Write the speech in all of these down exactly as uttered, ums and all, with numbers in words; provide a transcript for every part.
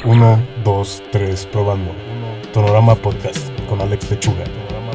Uno, dos, tres, probando. Tonorama Podcast con Alex Lechuga.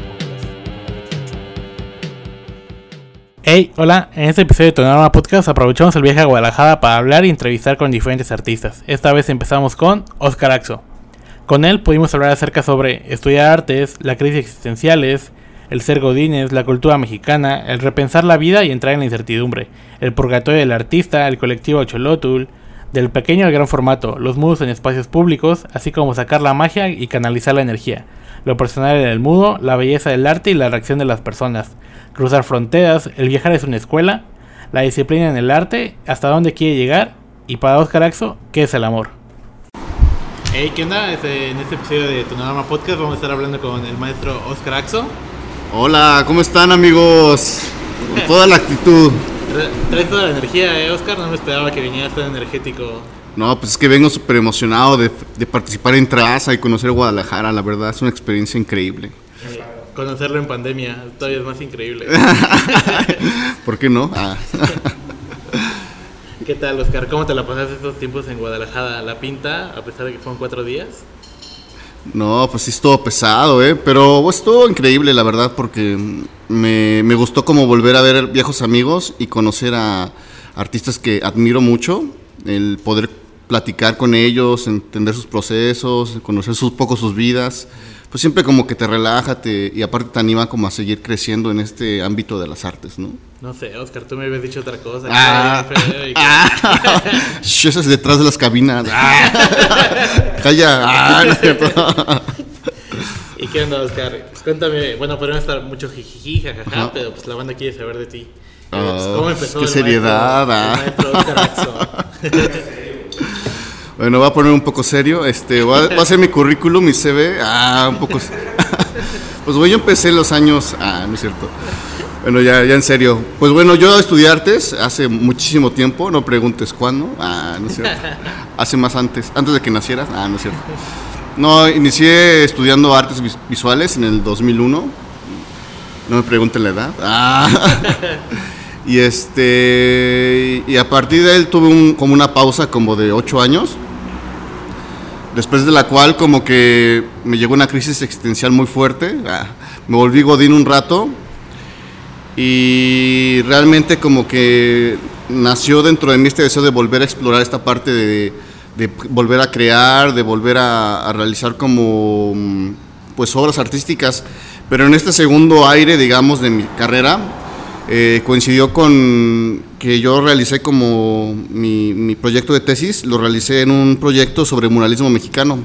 Hey, hola, en este episodio de Tonorama Podcast aprovechamos el viaje a Guadalajara para hablar y entrevistar con diferentes artistas. Esta vez empezamos con Oscar Axo. Con él pudimos hablar acerca sobre estudiar artes, la crisis existenciales, el ser godines, la cultura mexicana, el repensar la vida y entrar en la incertidumbre, el purgatorio del artista, el colectivo Xolotul, del pequeño al gran formato, los mudos en espacios públicos, así como sacar la magia y canalizar la energía, lo personal en el mudo, la belleza del arte y la reacción de las personas, cruzar fronteras, el viajar es una escuela, la disciplina en el arte, hasta dónde quiere llegar, y para Oscar Axo, ¿qué es el amor? Hey, ¿qué onda? En este episodio de Tonorama Podcast vamos a estar hablando con el maestro Oscar Axo. Hola, ¿cómo están, amigos? Con toda la actitud. Traes toda la energía, ¿eh, Oscar? No me esperaba que vinieras tan energético. No, pues es que vengo súper emocionado de, de participar en Traza y conocer Guadalajara. La verdad, es una experiencia increíble. Eh, conocerlo en pandemia todavía es más increíble. ¿Por qué no? Ah. ¿Qué tal, Oscar? ¿Cómo te la pasaste estos tiempos en Guadalajara? ¿La pinta, a pesar de que fueron cuatro días? No, pues sí estuvo pesado, ¿eh? Pero pues, estuvo increíble, la verdad, porque me, me gustó como volver a ver viejos amigos y conocer a artistas que admiro mucho, el poder platicar con ellos, entender sus procesos, conocer un poco sus vidas, pues siempre como que te relaja te, y aparte te anima como a seguir creciendo en este ámbito de las artes, ¿no? No sé, Oscar, tú me habías dicho otra cosa. Ah, que... ah, eso es detrás de las cabinas. Ah, calla. Ah, no es cierto. ¿Y qué onda, Oscar? Pues cuéntame, bueno, podrían estar mucho jijiji, jajaja, ajá, pero pues la banda quiere saber de ti. Oh, pues, ¿cómo empezó qué el seriedad, maestro, ah. el maestro Oscar Axo? Bueno, voy a poner un poco serio. Este, voy a, voy a hacer mi currículum, mi C V. Ah, un poco. Pues bueno, yo empecé en los años. Ah, no es cierto. Bueno, ya, ya en serio. Pues bueno, yo estudié artes hace muchísimo tiempo. No preguntes cuándo. Ah, no es cierto. Hace más antes. Antes de que nacieras. Ah, no es cierto. No, inicié estudiando artes visuales en el dos mil uno. No me pregunten la edad. Ah. Y este. Y a partir de él tuve un, como una pausa como de ocho años. Después de la cual como que me llegó una crisis existencial muy fuerte. Ah, me volví godín un rato. Y realmente como que nació dentro de mí este deseo de volver a explorar esta parte de, de volver a crear, de volver a, a realizar como pues obras artísticas. Pero en este segundo aire, digamos, de mi carrera, eh, coincidió con que yo realicé como mi, mi proyecto de tesis, lo realicé en un proyecto sobre muralismo mexicano.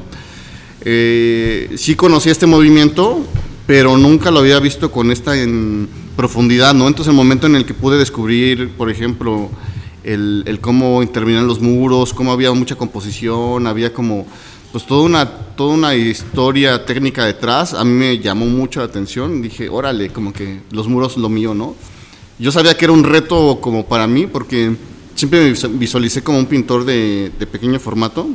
Eh, sí conocí este movimiento, pero nunca lo había visto con esta en profundidad, ¿no? Entonces el momento en el que pude descubrir, por ejemplo, el, el cómo intervenían los muros, cómo había mucha composición, había como pues toda una, toda una historia técnica detrás, a mí me llamó mucho la atención, dije, órale, como que los muros lo mío, ¿no? Yo sabía que era un reto como para mí, porque siempre me visualicé como un pintor de, de pequeño formato,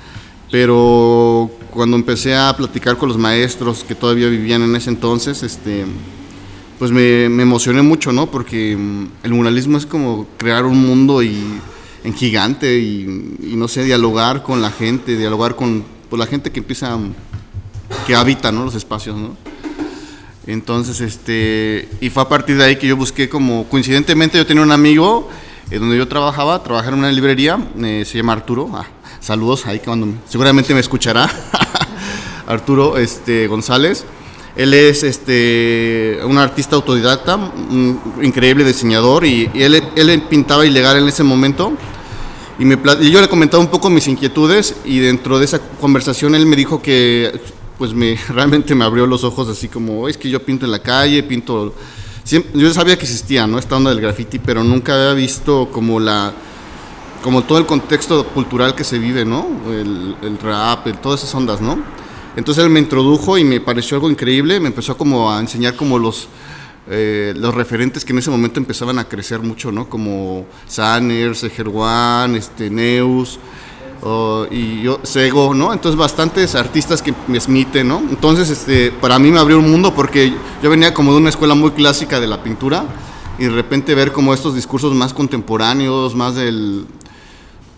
pero cuando empecé a platicar con los maestros que todavía vivían en ese entonces, este, pues me, me emocioné mucho, ¿no? Porque el muralismo es como crear un mundo y, en gigante y, y, no sé, dialogar con la gente, dialogar con pues, la gente que empieza, que habita, ¿no? Los espacios, ¿no? Entonces, este, y fue a partir de ahí que yo busqué como, coincidentemente yo tenía un amigo eh, donde yo trabajaba, trabajaba en una librería, eh, se llama Arturo, ah, saludos, ahí cuando seguramente me escuchará, Arturo este, González. Él es este, un artista autodidacta, un increíble diseñador y, y él, él pintaba ilegal en ese momento y, me, y yo le comentaba un poco mis inquietudes y dentro de esa conversación él me dijo que pues me, realmente me abrió los ojos así como, es que yo pinto en la calle, pinto... Siempre, yo sabía que existía, ¿no? Esta onda del graffiti, pero nunca había visto como la... como todo el contexto cultural que se vive, ¿no? El, el rap, el, todas esas ondas, ¿no? Entonces él me introdujo y me pareció algo increíble, me empezó como a enseñar como los, eh, los referentes que en ese momento empezaban a crecer mucho, ¿no? Como Sanner, Sejerwan, este, Neus, oh, y yo, Sego, ¿no? Entonces bastantes artistas que me Smith, ¿no? Entonces este, para mí me abrió un mundo porque yo venía como de una escuela muy clásica de la pintura y de repente ver como estos discursos más contemporáneos, más del...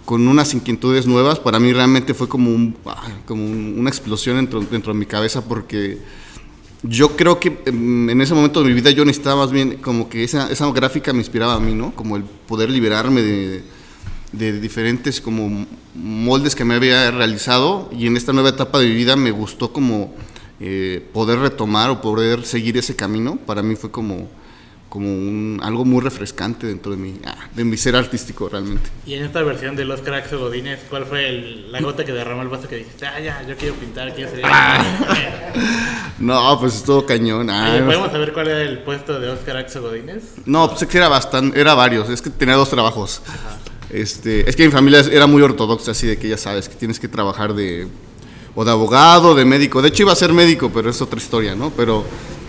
con unas inquietudes nuevas. Para mí realmente fue como, un, como un, una explosión dentro, dentro de mi cabeza, porque yo creo que en ese momento de mi vida yo necesitaba más bien como que esa, esa gráfica me inspiraba a mí, ¿no? Como el poder liberarme de, de diferentes como moldes que me había realizado, y en esta nueva etapa de mi vida me gustó como eh, poder retomar o poder seguir ese camino. Para mí fue como... como un, algo muy refrescante dentro de mi, ah, de mi ser artístico realmente. Y en esta versión de Oscar Axel Godínez, ¿cuál fue el, la gota que derramó el vaso que dijiste, ah, ya, yo quiero pintar, quiero ser... Ah. No, pues es todo cañón. Ah, Oye, ¿podemos saber cuál era el puesto de Oscar Axel Godínez? No, pues es que era bastante, era varios, es que tenía dos trabajos. Ajá. Este, es que mi familia era muy ortodoxa, así de que ya sabes, que tienes que trabajar de, o de abogado, de médico. De hecho iba a ser médico, pero es otra historia, ¿no? Pero...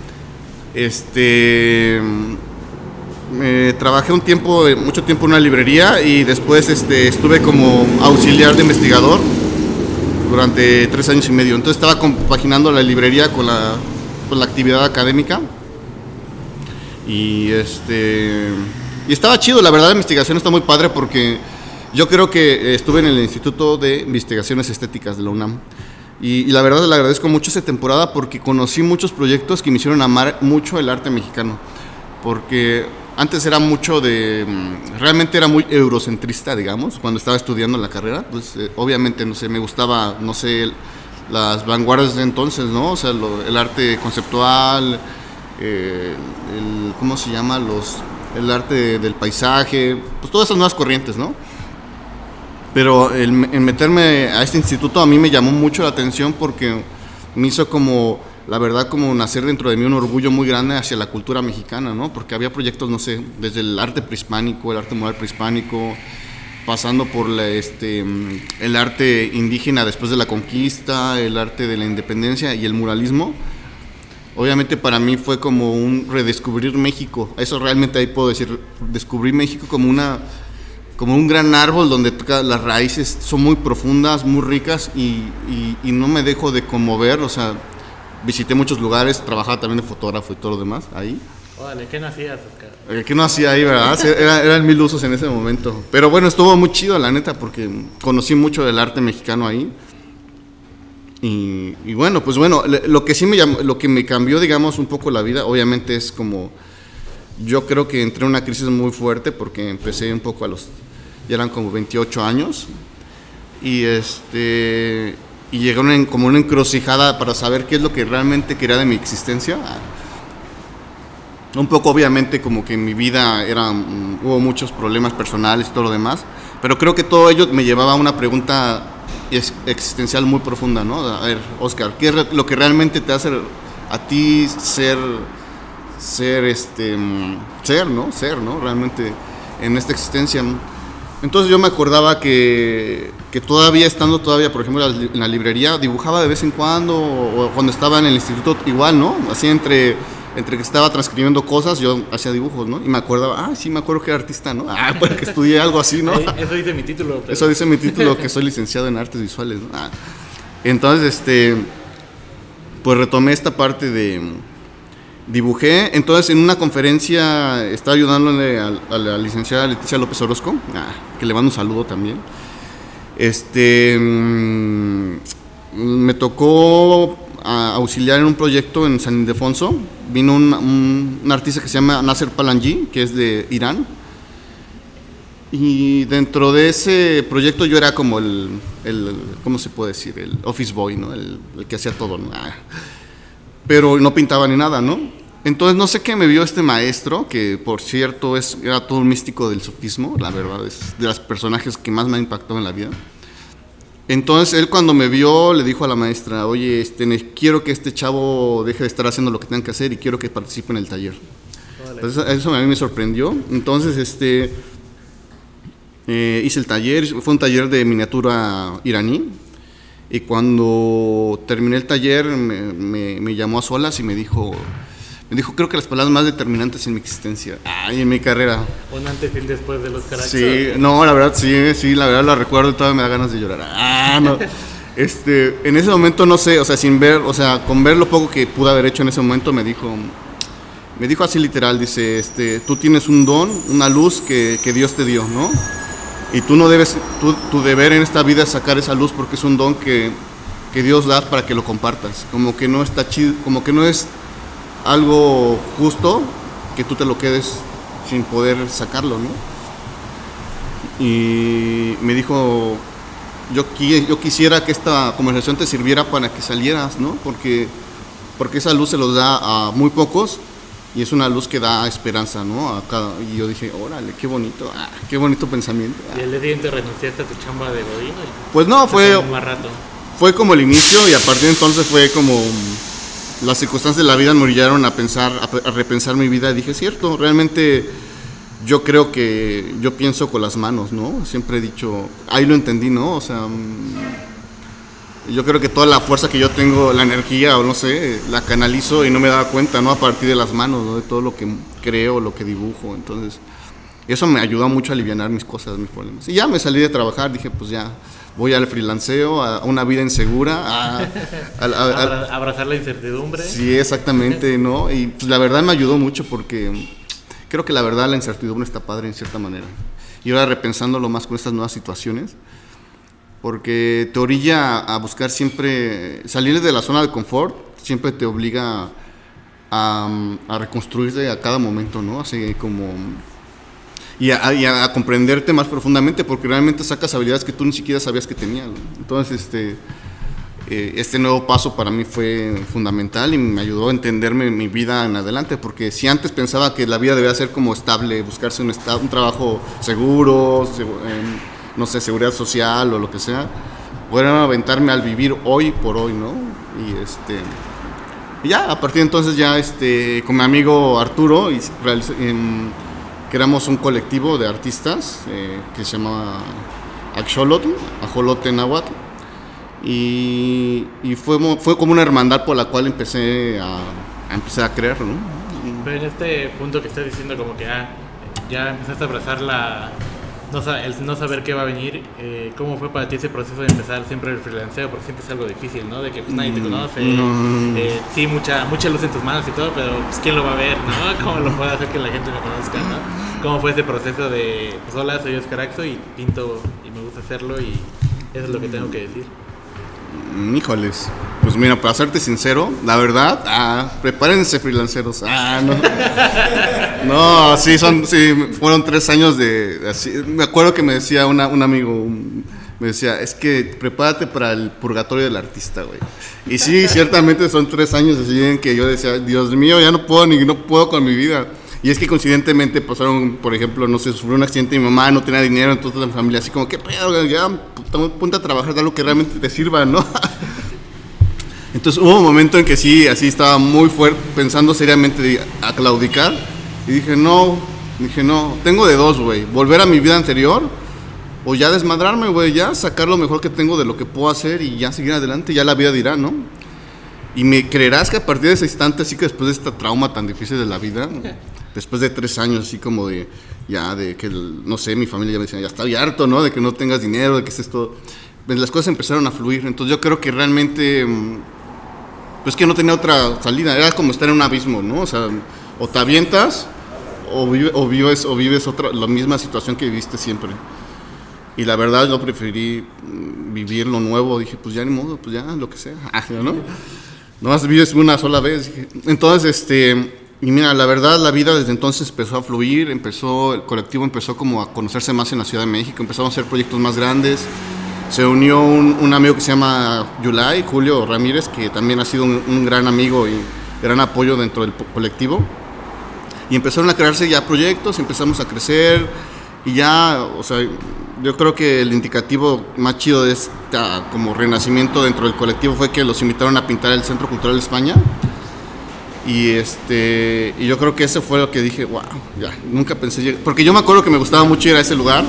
Este, eh, trabajé un tiempo, mucho tiempo en una librería, y después este, estuve como auxiliar de investigador durante tres años y medio. Entonces estaba compaginando la librería con la, con la actividad académica, y este y estaba chido. La verdad, la investigación está muy padre, porque yo creo que estuve en el Instituto de Investigaciones Estéticas de la UNAM. Y, y la verdad le agradezco mucho esa temporada, porque conocí muchos proyectos que me hicieron amar mucho el arte mexicano, porque antes era mucho de, realmente era muy eurocentrista, digamos, cuando estaba estudiando la carrera. Pues eh, obviamente, no sé, me gustaba, no sé, el, las vanguardias de entonces, ¿no? O sea, lo, el arte conceptual, eh, el, ¿cómo se llama? Los, el arte del paisaje, pues todas esas nuevas corrientes, ¿no? Pero el, el meterme a este instituto a mí me llamó mucho la atención, porque me hizo como, la verdad, como nacer dentro de mí un orgullo muy grande hacia la cultura mexicana, ¿no? Porque había proyectos, no sé, desde el arte prehispánico, el arte mural prehispánico, pasando por la, este, el arte indígena después de la conquista, el arte de la independencia y el muralismo. Obviamente para mí fue como un redescubrir México. Eso realmente ahí puedo decir, descubrí México como una... como un gran árbol donde las raíces son muy profundas, muy ricas, y, y, y no me dejo de conmover. O sea, visité muchos lugares, trabajaba también de fotógrafo y todo lo demás ahí. Órale, ¿qué no hacías, Oscar? Eh, ¿Qué no hacía ahí, verdad? Era, eran mil usos en ese momento. Pero bueno, estuvo muy chido, la neta, porque conocí mucho del arte mexicano ahí. Y, y bueno, pues bueno, lo que sí me llamó, lo que me cambió, digamos, un poco la vida, obviamente es como... Yo creo que entré en una crisis muy fuerte, porque empecé un poco a los... ya eran como veintiocho años, y este y llegué una, como una encrucijada para saber qué es lo que realmente quería de mi existencia. Un poco, obviamente, como que en mi vida era, hubo muchos problemas personales y todo lo demás, pero creo que todo ello me llevaba a una pregunta existencial muy profunda, ¿no? A ver, Oscar, ¿qué es lo que realmente te hace a ti ser ser este ser, ¿no? Ser, ¿no? Realmente en esta existencia. Entonces yo me acordaba que, que todavía estando todavía, por ejemplo, en la librería, dibujaba de vez en cuando, o cuando estaba en el instituto igual, ¿no? Así entre, entre que estaba transcribiendo cosas, yo hacía dibujos, ¿no? Y me acordaba, ah, sí, me acuerdo que era artista, ¿no? Ah, porque estudié algo así, ¿no? Eso dice mi título. Pero... Eso dice mi título, que soy licenciado en artes visuales, ¿no? Ah. Entonces, este, pues retomé esta parte de... Dibujé, entonces en una conferencia estaba ayudándole a, a la licenciada Leticia López Orozco, ah, que le mando un saludo también. Este, mmm, me tocó a, auxiliar en un proyecto en San Ildefonso. Vino un, un, un artista que se llama Nasser Palangi, que es de Irán. Y dentro de ese proyecto yo era como el, el ¿cómo se puede decir? El office boy, ¿no? El, el que hacía todo, ¿no? Ah. Pero no pintaba ni nada, ¿no? Entonces no sé qué me vio este maestro, que por cierto es, era todo un místico del sufismo, la verdad, es de los personajes que más me ha impactado en la vida. Entonces él, cuando me vio, le dijo a la maestra, oye, este, quiero que este chavo deje de estar haciendo lo que tenga que hacer y quiero que participe en el taller. Entonces, eso a mí me sorprendió. Entonces este, eh, hice el taller, fue un taller de miniatura iraní. Y cuando terminé el taller me, me, me llamó a solas y me dijo, me dijo, creo que las palabras más determinantes en mi existencia, ay, en mi carrera. Un antes y un después de los caracteres. Sí, no, la verdad sí, sí, la verdad la recuerdo y todavía me da ganas de llorar. Ah, no. Este, en ese momento no sé, o sea, sin ver, o sea, con ver lo poco que pude haber hecho en ese momento, me dijo, me dijo así literal, dice, este, tú tienes un don, una luz que, que Dios te dio, ¿no? y tú no debes, tu, tu deber en esta vida es sacar esa luz porque es un don que, que Dios da para que lo compartas. Como que no está chido, como que no es algo justo que tú te lo quedes sin poder sacarlo, ¿no? Y me dijo, yo, yo quisiera que esta conversación te sirviera para que salieras, ¿no? Porque, porque esa luz se los da a muy pocos y es una luz que da esperanza, ¿no? A cada, y yo dije, órale, qué bonito, ah, qué bonito pensamiento. Ah. ¿Y el día siguiente renunciaste a tu chamba de godín? Pues no, fue, un más rato. fue como el inicio y a partir de entonces fue como las circunstancias de la vida me orillaron a pensar, a, a repensar mi vida y dije, cierto, realmente yo creo que yo pienso con las manos, ¿no? Siempre he dicho, ahí lo entendí, ¿no? O sea, yo creo que toda la fuerza que yo tengo, la energía o no sé, la canalizo y no me daba cuenta, ¿no? A partir de las manos, ¿no? De todo lo que creo, lo que dibujo. Entonces, eso me ayudó mucho a alivianar mis cosas, mis problemas. Y ya me salí de trabajar, dije, pues ya, voy al freelanceo, a una vida insegura, a, a, a, a, a abrazar la incertidumbre. Sí, exactamente, ¿no? Y pues la verdad me ayudó mucho porque creo que la verdad la incertidumbre está padre en cierta manera. Y ahora repensándolo más con estas nuevas situaciones, porque te orilla a buscar siempre, salir de la zona de confort, siempre te obliga a, a reconstruirte a cada momento, ¿no? Así como, y a, y a comprenderte más profundamente, porque realmente sacas habilidades que tú ni siquiera sabías que tenías, ¿no? Entonces, este, eh, este nuevo paso para mí fue fundamental y me ayudó a entenderme mi vida en adelante, porque si antes pensaba que la vida debía ser como estable, buscarse un, esta, un trabajo seguro, seguro eh, no sé, seguridad social o lo que sea, poder aventarme al vivir hoy por hoy, ¿no? Y este, y ya, a partir de entonces ya, este, con mi amigo Arturo, y, en, creamos un colectivo de artistas eh, que se llama Axolotl, Ajolote Náhuatl, y, y fue, fue como una hermandad por la cual empecé a, a empezar a creer, ¿no? Pero en este punto que estás diciendo como que ah, ya empezaste a abrazar la... No, el no saber qué va a venir, eh, ¿cómo fue para ti ese proceso de empezar siempre el freelanceo? Porque siempre es algo difícil, ¿no? De que pues, nadie te conoce, no. eh, sí, mucha mucha luz en tus manos y todo, pero pues, ¿quién lo va a ver, no? ¿Cómo lo puede hacer que la gente me conozca, no? ¿Cómo fue ese proceso de, pues hola, soy Oscar Axo y pinto y me gusta hacerlo y eso es lo que tengo que decir? Híjoles, pues mira, para serte sincero, la verdad, ah, prepárense freelanceros, ah, no, no, sí, son, sí, fueron tres años de, así, me acuerdo que me decía una, un amigo, un, me decía, es que prepárate para el purgatorio del artista, güey, y sí, ciertamente son tres años así en que yo decía, Dios mío, ya no puedo, ni no puedo con mi vida. Y es que coincidentemente pasaron, por ejemplo, no sé, sufrió un accidente y mi mamá no tenía dinero, entonces la familia así como, ¿qué pedo? Ya, ponte a trabajar de algo que realmente te sirva, ¿no? Entonces hubo un momento en que sí, así estaba muy fuerte, pensando seriamente de, a claudicar. Y dije, no, dije, no, tengo de dos, güey, volver a mi vida anterior o ya desmadrarme, güey, ya sacar lo mejor que tengo de lo que puedo hacer y ya seguir adelante, ya la vida dirá, ¿no? Y me creerás que a partir de ese instante, así que después de este trauma tan difícil de la vida... Después de tres años, así como de, ya, de que, no sé, mi familia ya me decía, ya estoy harto, ¿no? De que no tengas dinero, de que estés todo... Pues las cosas empezaron a fluir. Entonces yo creo que realmente, pues que no tenía otra salida. Era como estar en un abismo, ¿no? O sea, o te avientas o, vive, o vives, o vives otra, la misma situación que viviste siempre. Y la verdad yo preferí vivir lo nuevo. Dije, pues ya ni modo, pues ya, lo que sea, ¿no? Nomás vives una sola vez. Entonces, este... Y mira, la verdad, la vida desde entonces empezó a fluir, empezó, el colectivo empezó como a conocerse más en la Ciudad de México, empezamos a hacer proyectos más grandes, se unió un, un amigo que se llama Yulai, Julio Ramírez, que también ha sido un, un gran amigo y gran apoyo dentro del colectivo, y empezaron a crearse ya proyectos, empezamos a crecer, y ya, o sea, yo creo que el indicativo más chido de este como renacimiento dentro del colectivo fue que los invitaron a pintar el Centro Cultural de España. Y este y yo creo que eso fue lo que dije, wow, ya, nunca pensé llegar, porque yo me acuerdo que me gustaba mucho ir a ese lugar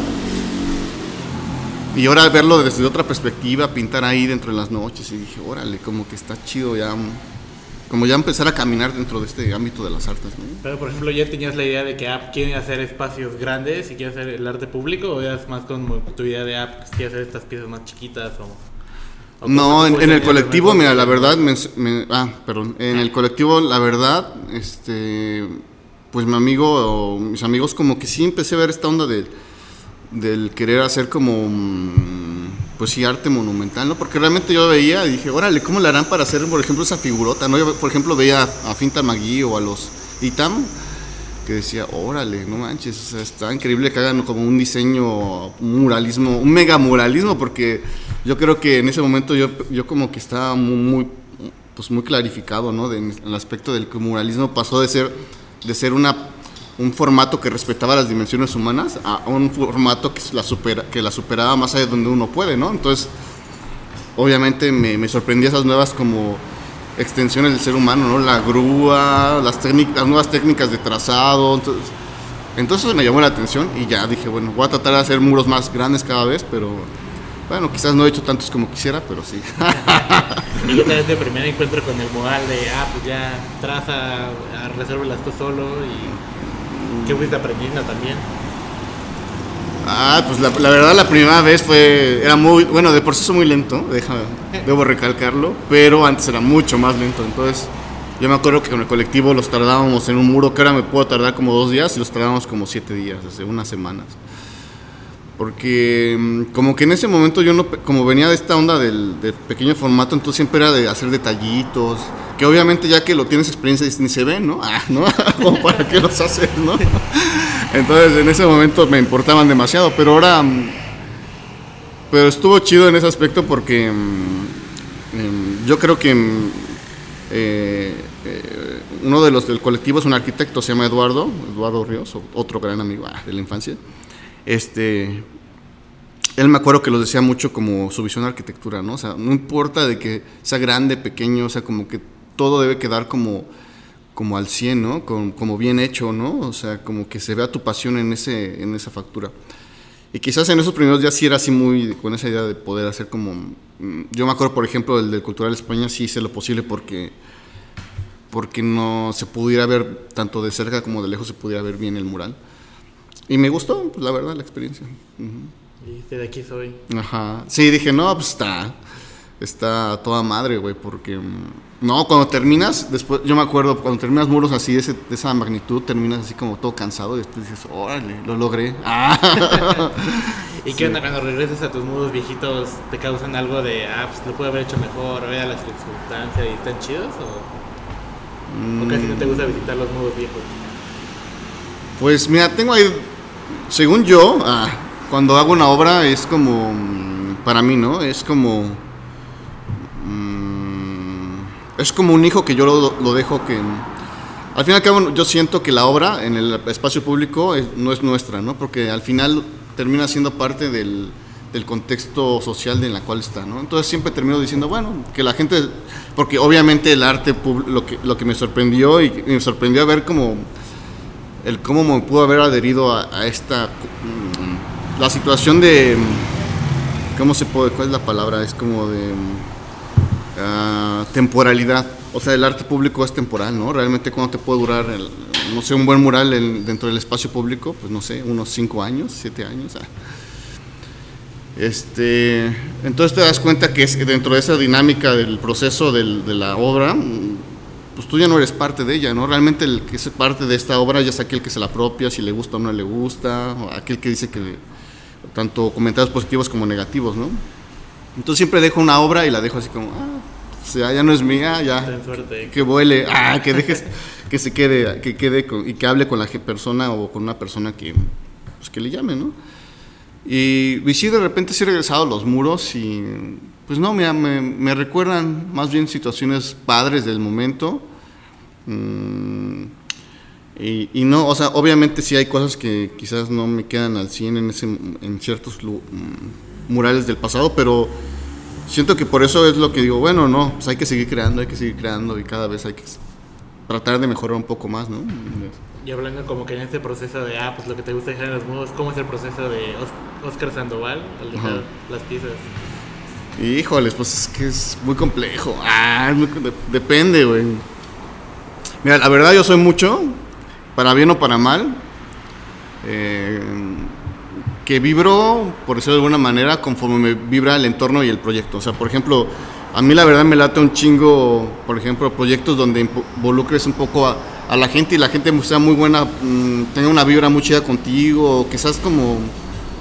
y ahora verlo desde otra perspectiva, pintar ahí dentro de las noches y dije, órale, como que está chido ya, como ya empezar a caminar dentro de este ámbito de las artes, ¿no? Pero por ejemplo, ¿ya tenías la idea de que app quieren hacer espacios grandes y quieren hacer el arte público o ya es más con tu idea de app que quieren hacer estas piezas más chiquitas o...? No, en, en el colectivo, mira, la verdad, me, me, ah, perdón, en el colectivo, la verdad, este, pues mi amigo, o mis amigos, como que sí empecé a ver esta onda de, del querer hacer como, pues sí, arte monumental, ¿no? Porque realmente yo veía y dije, órale, ¿cómo le harán para hacer, por ejemplo, esa figurota, ¿no? Yo, por ejemplo, veía a Finta Magui o a los Itam, que decía, órale, no manches, o sea, está increíble que hagan como un diseño, un muralismo, un mega muralismo, porque yo creo que en ese momento yo, yo como que estaba muy, muy, pues muy clarificado, ¿no? De, en el aspecto del que el muralismo pasó de ser, de ser una, un formato que respetaba las dimensiones humanas a un formato que la, supera, que la superaba más allá de donde uno puede, ¿no? Entonces, obviamente me, me sorprendía esas nuevas como extensiones del ser humano, ¿no? La grúa, las, las nuevas técnicas de trazado. Entonces, entonces me llamó la atención y ya dije, bueno, voy a tratar de hacer muros más grandes cada vez, pero bueno, quizás no he hecho tantos como quisiera, pero sí. ¿Y qué tal este primer encuentro con el mural de, ah, pues ya traza, resérvalas tú solo y qué fuiste aprendiendo también? Ah, pues la, la verdad la primera vez fue, era muy, bueno, de proceso muy lento, déjame, debo recalcarlo, pero antes era mucho más lento, entonces yo me acuerdo que con el colectivo los tardábamos en un muro que ahora me puedo tardar como dos días y los tardábamos como siete días, hace unas semanas. Porque como que en ese momento yo no, como venía de esta onda del, del pequeño formato, entonces siempre era de hacer detallitos, que obviamente ya que lo tienes experiencia ni se ven, ¿no? Ah, ¿no? Como para qué los haces, ¿no? Entonces en ese momento me importaban demasiado, pero ahora, pero estuvo chido en ese aspecto porque um, yo creo que eh, eh, uno de los del colectivo es un arquitecto, se llama Eduardo, Eduardo Ríos, otro gran amigo ah, de la infancia. Este, él me acuerdo que los decía mucho como su visión de arquitectura, ¿no? O sea, no importa de que sea grande, pequeño, o sea, como que todo debe quedar como, como al cien, ¿no? Como, como bien hecho, ¿no? O sea, como que se vea tu pasión en, ese, en esa factura. Y quizás en esos primeros días sí era así muy, con esa idea de poder hacer como... Yo me acuerdo, por ejemplo, del, del Cultural España, sí hice lo posible porque, porque no se pudiera ver, tanto de cerca como de lejos, se pudiera ver bien el mural. Y me gustó, pues, la verdad, la experiencia. Uh-huh. Y de aquí soy. Ajá. Sí, dije, no, pues está, está toda madre, güey, porque... No, cuando terminas, después, yo me acuerdo, cuando terminas muros así, de, ese, de esa magnitud, terminas así como todo cansado y después dices, órale, lo logré. Ah. ¿Y qué onda cuando regresas a tus muros viejitos? ¿Te causan algo de, ah, pues lo pude haber hecho mejor, o vea las circunstancias y están chidos? ¿O, mm. o casi no te gusta visitar los muros viejos? Pues mira, tengo ahí, según yo, ah, cuando hago una obra es como, para mí, ¿no? Es como, mmm, es como un hijo que yo lo, lo dejo que, al fin y al cabo yo siento que la obra en el espacio público es, no es nuestra, ¿no? Porque al final termina siendo parte del, del contexto social en la cual está, ¿no? Entonces siempre termino diciendo, bueno, que la gente, porque obviamente el arte, lo que, lo que me sorprendió y me sorprendió ver como... el cómo me pudo haber adherido a, a esta, um, la situación de, ¿cómo se puede, cuál es la palabra? Es como de uh, temporalidad, o sea, el arte público es temporal, ¿no? Realmente cuánto te puede durar, el, no sé, un buen mural en, dentro del espacio público, pues no sé, unos cinco años, siete años. Ah. Este, entonces te das cuenta que es, dentro de esa dinámica del proceso del, de la obra, pues tú ya no eres parte de ella, ¿no? Realmente el que es parte de esta obra ya es aquel que se la apropia, si le gusta o no le gusta, o aquel que dice que tanto comentarios positivos como negativos, ¿no? Entonces siempre dejo una obra y la dejo así como, ah, o sea, ya no es mía, ya, que, que vuele, ah, que dejes, que se quede, que quede con, y que hable con la persona o con una persona que, pues que le llame, ¿no? Y, y sí, de repente sí he regresado a los muros y... Pues no, mira, me, me recuerdan más bien situaciones padres del momento. Mm, y, y no, o sea, obviamente sí hay cosas que quizás no me quedan al cien en, ese, en ciertos um, murales del pasado, pero siento que por eso es lo que digo, bueno, no, pues hay que seguir creando, hay que seguir creando y cada vez hay que tratar de mejorar un poco más, ¿no? Y hablando como que en este proceso de, ah, pues lo que te gusta dejar en los muros, ¿cómo es el proceso de Óscar Sandoval al dejar Ajá. las piezas? Híjoles, pues es que es muy complejo. Ah, muy, de, depende, güey. Mira, la verdad yo soy mucho, para bien o para mal, eh, que vibro, por decirlo de alguna manera, conforme me vibra el entorno y el proyecto. O sea, por ejemplo, a mí la verdad me late un chingo, por ejemplo, proyectos donde involucres un poco a, a la gente y la gente sea muy buena, mmm, tenga una vibra muy chida contigo, o quizás como...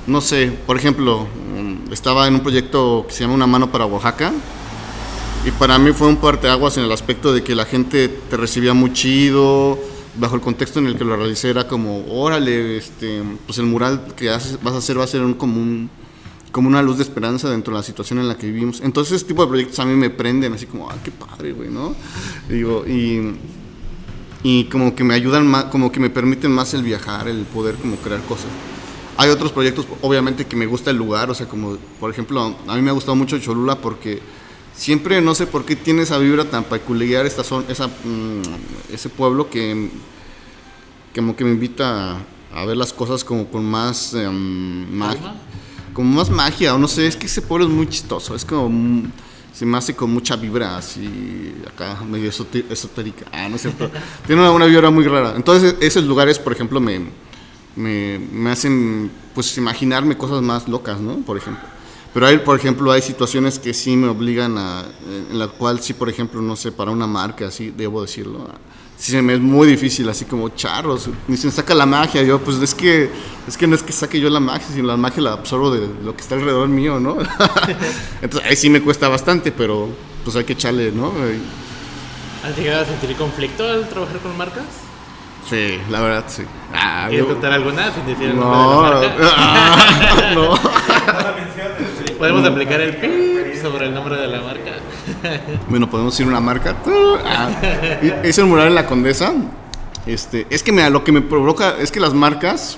no sé, por ejemplo, estaba en un proyecto que se llama Una Mano para Oaxaca, y para mí fue un parteaguas en el aspecto de que la gente te recibía muy chido, bajo el contexto en el que lo realicé era como, órale, este, pues el mural que haces, vas a hacer va a ser un, como, un, como una luz de esperanza dentro de la situación en la que vivimos. Entonces ese tipo de proyectos a mí me prenden, así como, ah, qué padre, güey, ¿no? Digo, y, y como que me ayudan más, como que me permiten más el viajar, el poder como crear cosas. Hay otros proyectos, obviamente, que me gusta el lugar, o sea, como, por ejemplo, a mí me ha gustado mucho Cholula porque siempre, no sé por qué, tiene esa vibra tan peculiar, esta zona, esa, mmm, ese pueblo que como que me invita a, a ver las cosas como con más, um, magia, como más magia, o no sé, es que ese pueblo es muy chistoso, es como, se me hace con mucha vibra así, acá, medio esotérica, ah, no es cierto, tiene una, una vibra muy rara. Entonces, esos lugares, por ejemplo, me, me, me hacen, pues, imaginarme cosas más locas, ¿no? Por ejemplo. Pero hay, por ejemplo, hay situaciones que sí me obligan a, en la cual sí, por ejemplo, no sé, para una marca, así, debo decirlo, sí me es muy difícil, así como charros, ni se saca la magia, yo, pues es que, es que no es que saque yo la magia, sino la magia la absorbo de lo que está alrededor mío, ¿no? Entonces, ahí sí me cuesta bastante, pero pues hay que echarle, ¿no? ¿Has llegado a sentir conflicto al trabajar con marcas? Sí, la verdad, sí. Ah, ¿quieres yo... contar alguna sin decir el no, nombre de la marca? Ah, no. ¿Podemos aplicar el pi sobre el nombre de la marca? Bueno, podemos decir una marca. Ah, es el mural en la Condesa. Este, es que mira, lo que me provoca es que las marcas,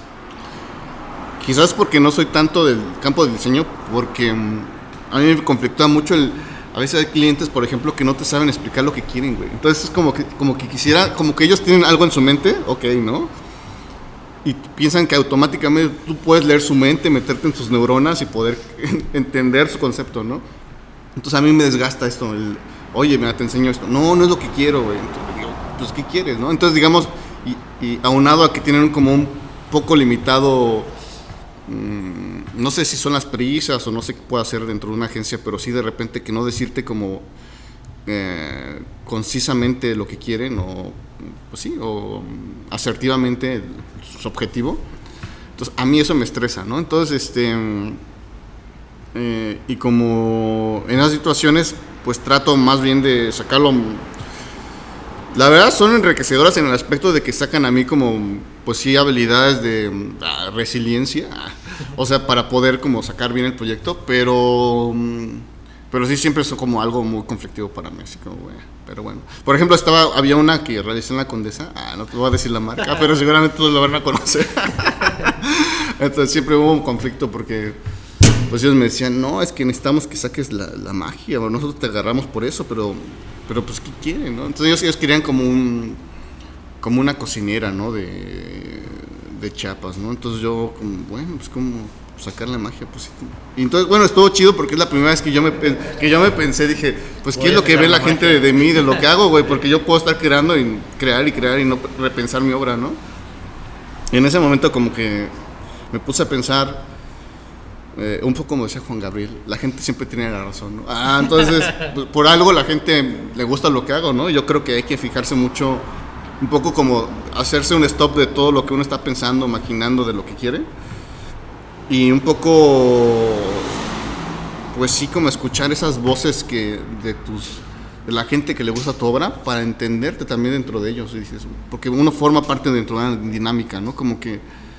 quizás porque no soy tanto del campo del diseño, porque um, a mí me conflictúa mucho el... A veces hay clientes, por ejemplo, que no te saben explicar lo que quieren, güey. Entonces es como que, como que quisiera, como que ellos tienen algo en su mente, ok, ¿no? Y piensan que automáticamente tú puedes leer su mente, meterte en sus neuronas y poder entender su concepto, ¿no? Entonces a mí me desgasta esto, el, oye, mira, te enseño esto. No, no es lo que quiero, güey. Entonces digo, pues, ¿qué quieres, no? Entonces, digamos, y, y aunado a que tienen como un poco limitado... no sé si son las prisas o no sé qué puede hacer dentro de una agencia, pero sí de repente que no decirte como eh, concisamente lo que quieren o pues sí, o asertivamente su objetivo. Entonces a mí eso me estresa, ¿no? Entonces este eh, y como en esas situaciones pues trato más bien de sacarlo. La verdad son enriquecedoras en el aspecto de que sacan a mí como, pues sí, habilidades de ah, resiliencia, o sea, para poder como sacar bien el proyecto, pero pero sí siempre es como algo muy conflictivo para mí, así como, bueno, pero bueno. Por ejemplo, estaba había una que realicé en la Condesa, ah, no te voy a decir la marca, pero seguramente todos lo van a conocer. Entonces siempre hubo un conflicto porque pues ellos me decían, no, es que necesitamos que saques la, la magia, o nosotros te agarramos por eso, pero... pero pues ¿qué quieren, no? Entonces ellos, ellos querían como un como una cocinera, ¿no? de, de Chiapas, ¿no? Entonces yo como, bueno, pues como sacar la magia positiva. Y entonces, bueno, estuvo chido porque es la primera vez que yo me que yo me pensé, dije, pues ¿qué es lo que ve la gente de, de mí, de lo que hago, güey? Porque yo puedo estar creando y crear y crear y no repensar mi obra, ¿no? Y en ese momento como que me puse a pensar Eh, un poco como decía Juan Gabriel, la gente siempre tiene la razón, ¿no? Ah, entonces, pues, por algo la gente le gusta lo que hago, ¿no? Yo creo que hay que fijarse mucho, un poco como hacerse un stop de todo lo que uno está pensando, maquinando de lo que quiere. Y un poco, pues sí, como escuchar esas voces que de tus de la gente que le gusta tu obra para entenderte también dentro de ellos, y dices, porque uno forma parte dentro de una dinámica, ¿no? Como que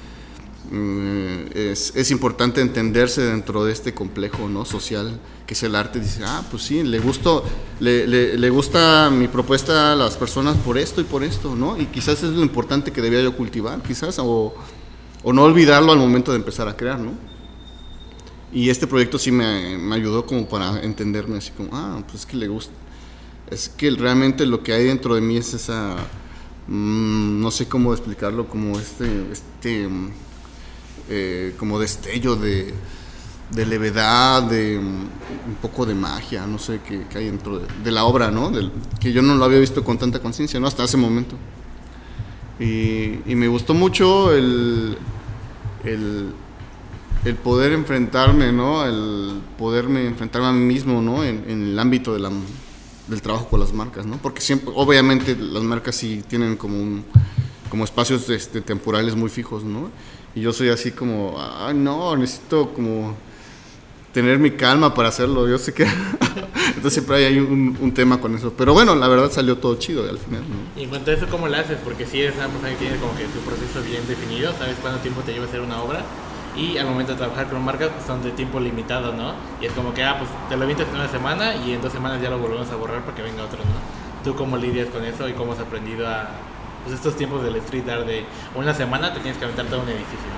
Es, es importante entenderse dentro de este complejo, ¿no? social que es el arte. Dice, ah, pues sí, le gustó, le, le, le gusta mi propuesta a las personas por esto y por esto, ¿no? Y quizás es lo importante que debía yo cultivar, quizás, o, o no olvidarlo al momento de empezar a crear, ¿no? Y este proyecto sí me, me ayudó como para entenderme así como, ah, pues es que le gusta, es que realmente lo que hay dentro de mí es esa, mmm, no sé cómo explicarlo, como este, este Eh, como destello de, de levedad, de un poco de magia, no sé qué, qué hay dentro de, de la obra, ¿no? Del, que yo no lo había visto con tanta conciencia, ¿no? Hasta ese momento. Y, y me gustó mucho el, el, el poder enfrentarme, ¿no? El poderme enfrentarme a mí mismo, ¿no? En, en el ámbito de la, del trabajo con las marcas, ¿no? Porque siempre, obviamente, las marcas sí tienen como un, como espacios este, temporales muy fijos, ¿no? Y yo soy así como, ay, no, necesito como tener mi calma para hacerlo. Yo sé que... Entonces siempre hay un, un tema con eso. Pero bueno, la verdad salió todo chido al final, ¿no? Y en cuanto a eso, ¿cómo lo haces? Porque si eres una persona que tiene como que su proceso bien definido, sabes cuánto tiempo te lleva hacer una obra. Y al momento de trabajar con marcas pues, son de tiempo limitado, ¿no? Y es como que, ah, pues te lo avientas en una semana y en dos semanas ya lo volvemos a borrar para que venga otro, ¿no? ¿Tú cómo lidias con eso y cómo has aprendido a... pues estos tiempos del street art de una semana te tienes que aventar todo un edificio?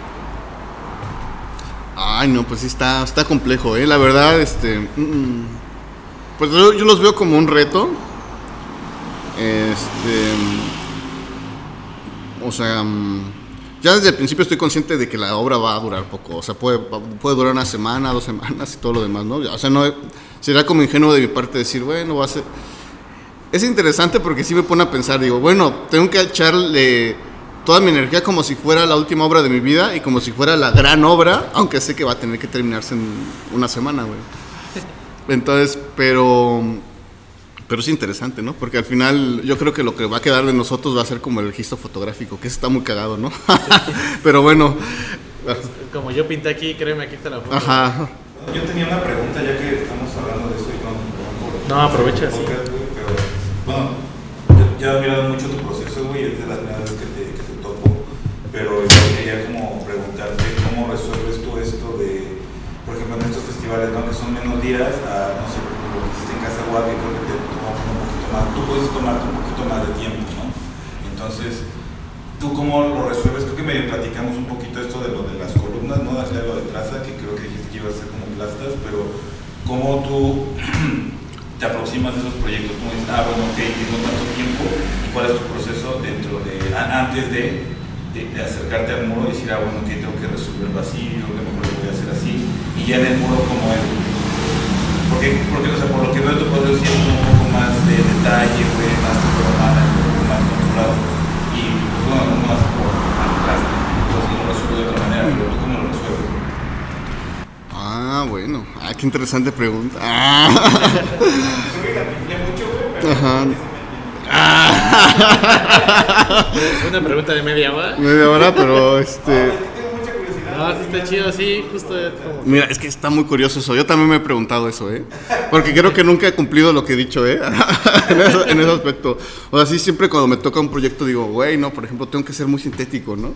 Ay, no, pues sí está, está complejo, ¿eh? La verdad, este... Mm, pues yo, yo los veo como un reto. Este... O sea... Ya desde el principio estoy consciente de que la obra va a durar poco, o sea, puede, puede durar una semana, dos semanas y todo lo demás, ¿no? O sea, no sería como ingenuo de mi parte decir, bueno, va a ser... Es interesante porque sí me pone a pensar, digo, bueno, tengo que echarle toda mi energía como si fuera la última obra de mi vida y como si fuera la gran obra, aunque sé que va a tener que terminarse en una semana, güey. Entonces, pero... Pero es interesante, ¿no? Porque al final yo creo que lo que va a quedar de nosotros va a ser como el registro fotográfico, que eso está muy cagado, ¿no? Pero bueno. Como yo pinté aquí, créeme, aquí está la foto. Ajá. Yo tenía una pregunta, ya que estamos hablando de eso y no... No, no aprovecha, sí. Podcast, güey, pero, bueno, yo, yo he admirado mucho tu proceso, güey, es de las primeras veces que te, que te topo, pero yo quería como preguntarte cómo resuelves tú esto de, por ejemplo, en estos festivales, ¿no? Que son menos días, a, no sé, por ejemplo, lo que hiciste en Casa Guardia, creo que te toma un poquito más, tú puedes tomarte un poquito más de tiempo, ¿no? Entonces, ¿tú cómo lo resuelves? Creo que medio platicamos un poquito esto de lo de las columnas, ¿no? Hacia lo de traza, que creo que dijiste que ibas a hacer como plastas, pero ¿cómo tú te aproximas de esos proyectos? ¿Cómo dices, ah, bueno, ok, tengo tanto tiempo, ¿y cuál es tu proceso dentro de, antes de, de, de acercarte al muro y decir, ah, bueno, ok, tengo que resolverlo así, o que mejor lo voy a hacer así, y ya en el muro, ¿cómo es? Porque, porque, o sea, por lo que veo tu proceso sí es un poco más de detalle, güey, más programada, un poco más controlado, y pues bueno, no más por atrás, pues no lo resuelvo de otra manera, pero tú cómo lo resuelves. Ah, bueno. Ah, qué interesante pregunta. Ah. Creo que la pinté mucho, güey, pero... Ajá. Ah. Una pregunta de media hora. Media hora, pero este... No, es que tengo mucha curiosidad. No, sí está chido, sí, justo como... Mira, es que está muy curioso eso. Yo también me he preguntado eso, ¿eh? Porque creo que nunca he cumplido lo que he dicho, ¿eh? en, eso, en ese aspecto. O sea, sí, siempre cuando me toca un proyecto digo, güey, no, por ejemplo, tengo que ser muy sintético, ¿no?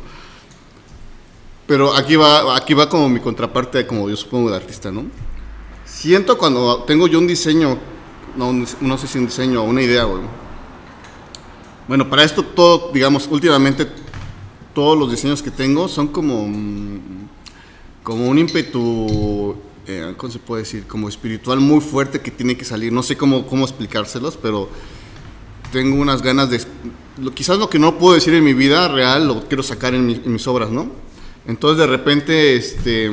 Pero aquí va, aquí va como mi contraparte, como yo supongo, de artista, ¿no? Siento cuando tengo yo un diseño, no, no sé si un diseño o una idea, güey. Bueno, para esto todo, digamos, últimamente todos los diseños que tengo son como, como un ímpetu, eh, ¿cómo se puede decir? Como espiritual muy fuerte que tiene que salir. No sé cómo, cómo explicárselos, pero tengo unas ganas de... Lo, quizás lo que no puedo decir en mi vida real lo quiero sacar en, mi, en mis obras, ¿no? Entonces de repente, este,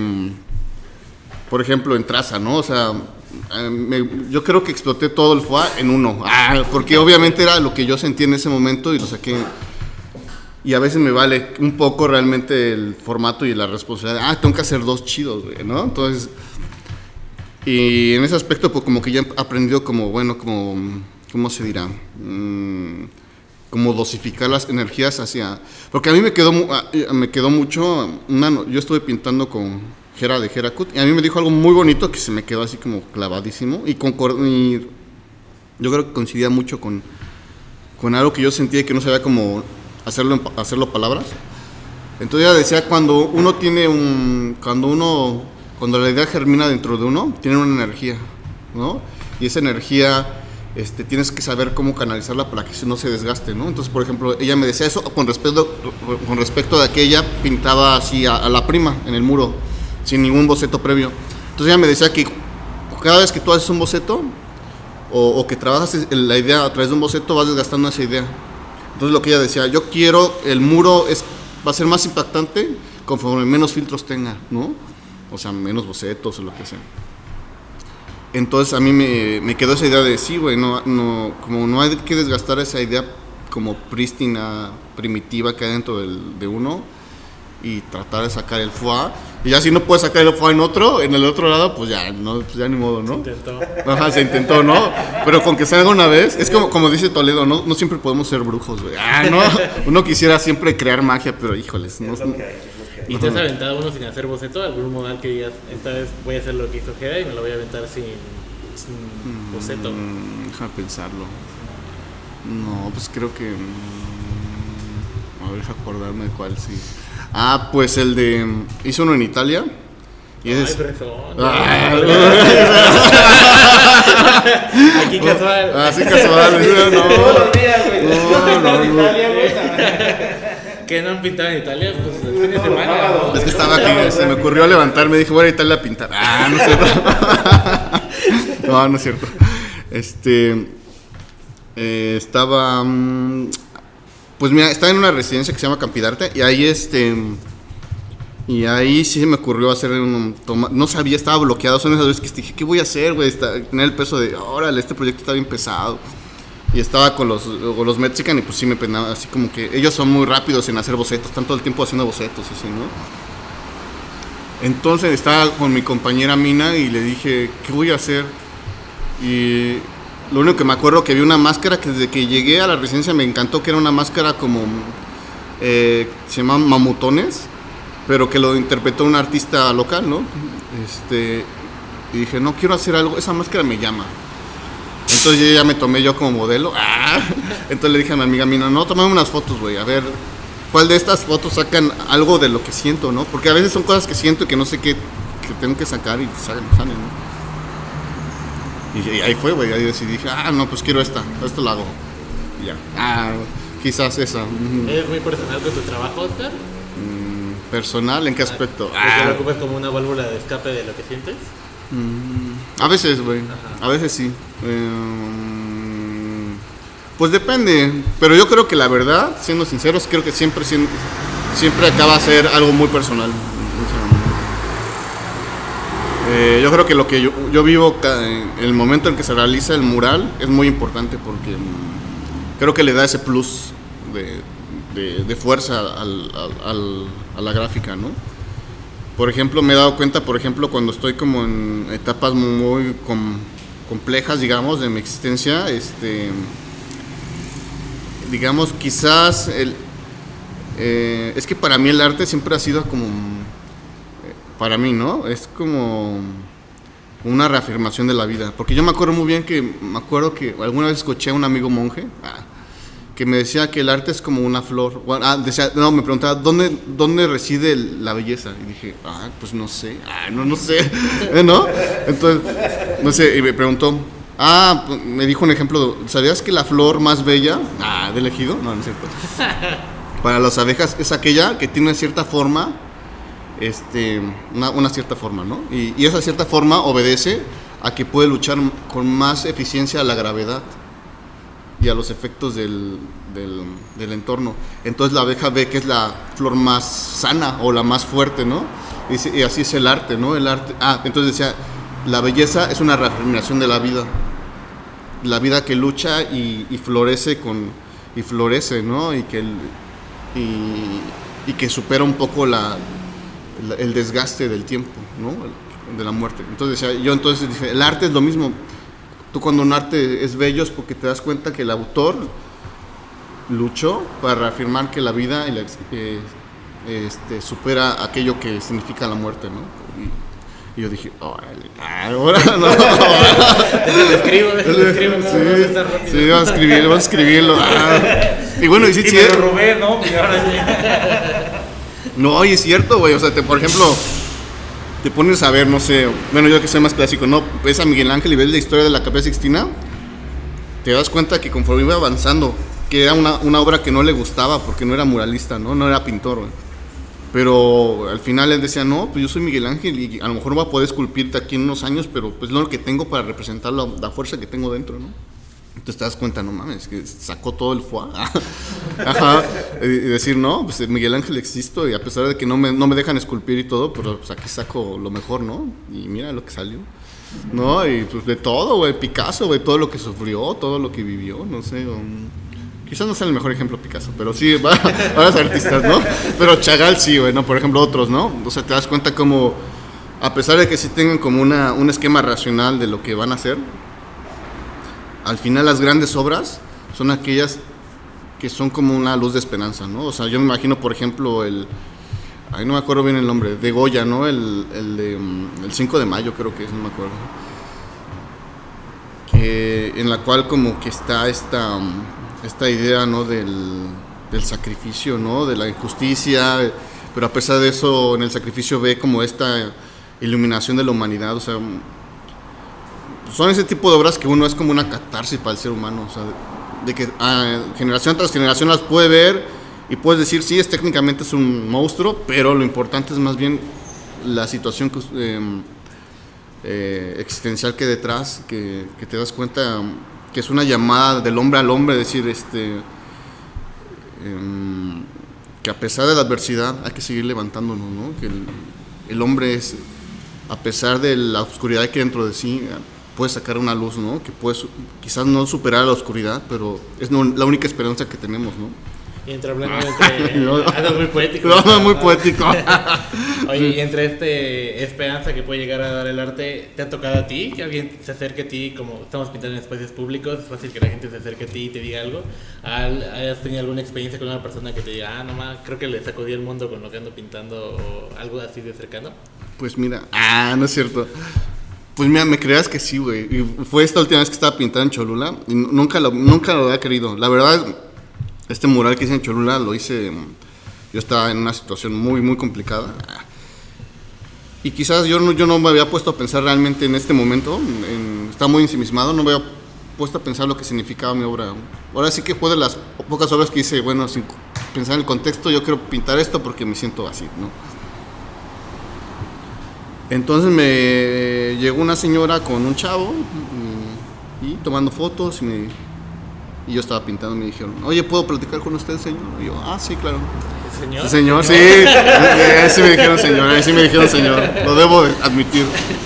por ejemplo, en traza, ¿no? O sea, me, yo creo que exploté todo el F U A en uno, ah, porque obviamente era lo que yo sentí en ese momento y lo saqué. Y a veces me vale un poco realmente el formato y la responsabilidad. Ah, tengo que hacer dos chidos, güey, ¿no? Entonces, y en ese aspecto, pues como que ya he aprendido como, bueno, como, ¿cómo se dirá? Mm, como dosificar las energías hacia... Porque a mí me quedó, me quedó mucho... Una, yo estuve pintando con Jera de Jeracut y a mí me dijo algo muy bonito que se me quedó así como clavadísimo y, concord, y yo creo que coincidía mucho con, con algo que yo sentía que no sabía cómo hacerlo, hacerlo palabras. Entonces ella decía, cuando uno tiene un... Cuando uno... Cuando la idea germina dentro de uno, tiene una energía, ¿no? Y esa energía... Este, tienes que saber cómo canalizarla para que no se desgaste, ¿no? Entonces, por ejemplo, ella me decía eso con respecto, con respecto a que ella pintaba así a, a la prima en el muro, sin ningún boceto previo. Entonces ella me decía que cada vez que tú haces un boceto o, o que trabajas la idea a través de un boceto, vas desgastando esa idea. Entonces lo que ella decía, yo quiero, el muro es, va a ser más impactante conforme menos filtros tenga, ¿no? O sea, menos bocetos o lo que sea. Entonces a mí me, me quedó esa idea de sí, güey, no, no, como no hay que desgastar esa idea como prístina, primitiva que hay dentro del, de uno y tratar de sacar el F U A. Y ya si no puedes sacar el F U A en otro, en el otro lado, pues ya, no, pues ya ni modo, ¿no? Se intentó. Ajá, se intentó, ¿no? Pero con que salga una vez, es como, como dice Toledo, no, no siempre podemos ser brujos, güey. Ah, no, uno quisiera siempre crear magia, pero híjoles, no, ¿Y te has aventado uno sin hacer boceto? ¿Algún modal que digas, esta vez voy a hacer lo que hizo Jedi y me lo voy a aventar sin, sin mm, boceto? Déjame pensarlo. No, pues creo que... A ver, acordarme de cuál, sí. Ah, pues el de... Hice uno en Italia. Y Ay, es... fresón. Ah, Aquí casual. Ah, sí, casual. No, Todos los días, güey. no, No, no, en no. Italia, güey. ¿Qué no han pintado en Italia? Pues el fin de semana. ¿no? Es que estaba aquí, se me ocurrió levantarme y dije, voy a ir a Italia a pintar. Ah, no es cierto. No, no es cierto. Este... Eh, estaba... Um, pues mira, estaba en una residencia que se llama Campidarte y ahí este... Y ahí sí se me ocurrió hacer un... Toma, no sabía, estaba bloqueado. Son esas veces que dije, ¿qué voy a hacer, güey? Tener el peso de, órale, este proyecto está bien pesado. Y estaba con los, con los Mexican y pues sí me penaba, así como que ellos son muy rápidos en hacer bocetos, están todo el tiempo haciendo bocetos, así, ¿no? Entonces estaba con mi compañera Mina y le dije, ¿qué voy a hacer? Y lo único que me acuerdo que vi una máscara que desde que llegué a la residencia me encantó, que era una máscara como, eh, se llaman mamutones, pero que lo interpretó un artista local, ¿no? Este, y dije, no, quiero hacer algo, esa máscara me llama. Entonces yo ya me tomé yo como modelo. ¡Ah! Entonces le dije a mi amiga Mina, no, tomame unas fotos, güey, a ver cuál de estas fotos sacan algo de lo que siento, ¿no? Porque a veces son cosas que siento y que no sé qué que tengo que sacar y salen, salen, ¿no? Y, y ahí fue, güey, ahí decidí, dije, ah, no, pues quiero esta, esto lo hago. Y ya. Ah, quizás esa. ¿Eres muy personal con tu trabajo, Oscar? Mm, ¿Personal? ¿En qué aspecto? ¿Te Ah, lo ocupas como una válvula de escape de lo que sientes? a veces, güey. A veces sí. Eh, pues depende. Pero yo creo que la verdad, siendo sinceros, creo que siempre, siempre, siempre acaba a ser algo muy personal. Eh, yo creo que lo que yo, yo vivo en el momento en que se realiza el mural es muy importante porque mm, creo que le da ese plus de, de, de fuerza al, al, al, a la gráfica, ¿no? Por ejemplo, me he dado cuenta, por ejemplo, cuando estoy como en etapas muy com, complejas, digamos, de mi existencia, este, digamos, quizás, el, eh, es que para mí el arte siempre ha sido como, eh, para mí, ¿no? Es como una reafirmación de la vida. Porque yo me acuerdo muy bien que, me acuerdo que alguna vez escuché a un amigo monje, ah, que me decía que el arte es como una flor. Bueno, ah, decía, no, me preguntaba, ¿dónde, ¿dónde reside la belleza? Y dije, ah, pues no sé, ah, no, no sé, ¿no? Entonces, no sé, y me preguntó, ah, me dijo un ejemplo, ¿sabías que la flor más bella, ah, de elegido? No, no es cierto. Para las abejas es aquella que tiene cierta forma, este, una, una cierta forma, ¿no? Y, y esa cierta forma obedece a que puede luchar con más eficiencia a la gravedad y a los efectos del, del, del entorno. Entonces la abeja ve que es la flor más sana o la más fuerte, ¿no? Y, y así es el arte, ¿no? El arte, ah, entonces decía, la belleza es una reafirmación de la vida. La vida que lucha y, y florece con y florece, ¿no? Y que el, y, y que supera un poco la, la, el desgaste del tiempo, ¿no? De la muerte. Entonces decía, yo entonces dije, el arte es lo mismo. Tú cuando un arte es bello es porque te das cuenta que el autor luchó para reafirmar que la vida eh, este, supera aquello que significa la muerte, ¿no? Y, y yo dije, órale, ahora no. Lo escribo, lo escribo, no, Sí, no, no está rápido. sí, vamos a escribir, vamos a escribirlo. Ah. Y bueno, y sí, Y sí, me lo robé, ¿no? Y ahora sí. no, y es cierto, güey, o sea, te, por ejemplo, te pones a ver, no sé, bueno, yo que soy más clásico, ¿no? Ves a Miguel Ángel y ves la historia de la Capilla Sixtina, te das cuenta que conforme iba avanzando, que era una, una obra que no le gustaba porque no era muralista, ¿no? No era pintor, güey. Pero al final él decía, no, pues yo soy Miguel Ángel y a lo mejor no voy a poder esculpirte aquí en unos años, pero pues lo que tengo para representar la, la fuerza que tengo dentro, ¿no? Entonces te das cuenta, no mames, que sacó todo el foie. Ajá. Y decir, no, pues Miguel Ángel existo y a pesar de que no me, no me dejan esculpir y todo, pero pues aquí saco lo mejor, ¿no? Y mira lo que salió. No, y pues de todo, güey, Picasso, güey, todo lo que sufrió, todo lo que vivió, no sé. Um, quizás no sea el mejor ejemplo Picasso, pero sí, varios artistas, ¿no? Pero Chagall sí, güey, ¿no? Por ejemplo, otros, ¿no? O sea, te das cuenta como, a pesar de que sí tengan como una, un esquema racional de lo que van a hacer, al final las grandes obras son aquellas que son como una luz de esperanza, ¿no? O sea, yo me imagino, por ejemplo, el Ahí no me acuerdo bien el nombre, de Goya, ¿no? El, el de el cinco de mayo creo que es, no me acuerdo. Que, en la cual como que está esta, esta idea, ¿no? Del, del sacrificio, ¿no? De la injusticia, pero a pesar de eso en el sacrificio ve como esta iluminación de la humanidad, o sea, son ese tipo de obras que uno es como una catarsis para el ser humano, o sea, de que ah, generación tras generación las puede ver y puedes decir, sí, es técnicamente es un monstruo, pero lo importante es más bien la situación que, eh, eh, existencial que hay detrás, que, que te das cuenta que es una llamada del hombre al hombre, decir, este, eh, que a pesar de la adversidad hay que seguir levantándonos, ¿no? Que el, el hombre es, a pesar de la oscuridad que hay dentro de sí, puede sacar una luz, ¿no? Que puede quizás no superar la oscuridad, pero es no, la única esperanza que tenemos, ¿no? Y entre hablando entre no, algo muy poético. No, no, muy poético. Oye, y entre este esperanza que puede llegar a dar el arte, ¿te ha tocado a ti que alguien se acerque a ti, como estamos pintando en espacios públicos, es fácil que la gente se acerque a ti y te diga algo? ¿Has tenido alguna experiencia con una persona que te diga, ah, nomás, creo que le sacudí el mundo con lo que ando pintando o algo así de cercano? Pues mira, ah, no es cierto. Pues mira, me creas que sí, güey. Y fue esta última vez que estaba pintando en Cholula y nunca lo, nunca lo había querido. La verdad, este mural que hice en Cholula lo hice, yo estaba en una situación muy, muy complicada. Y quizás yo no, yo no me había puesto a pensar realmente en este momento, en, estaba muy ensimismado, no me había puesto a pensar lo que significaba mi obra. Ahora sí que fue de las pocas obras que hice, bueno, sin pensar en el contexto, yo quiero pintar esto porque me siento así, ¿no? Entonces me llegó una señora con un chavo y, y tomando fotos y, me, y yo estaba pintando y me dijeron, oye, ¿puedo platicar con usted, señor? Y yo, ah, sí, claro. ¿Señor? ¿El señor? Sí, sí, sí me dijeron señor, ahí sí me dijeron señor, lo debo de admitir.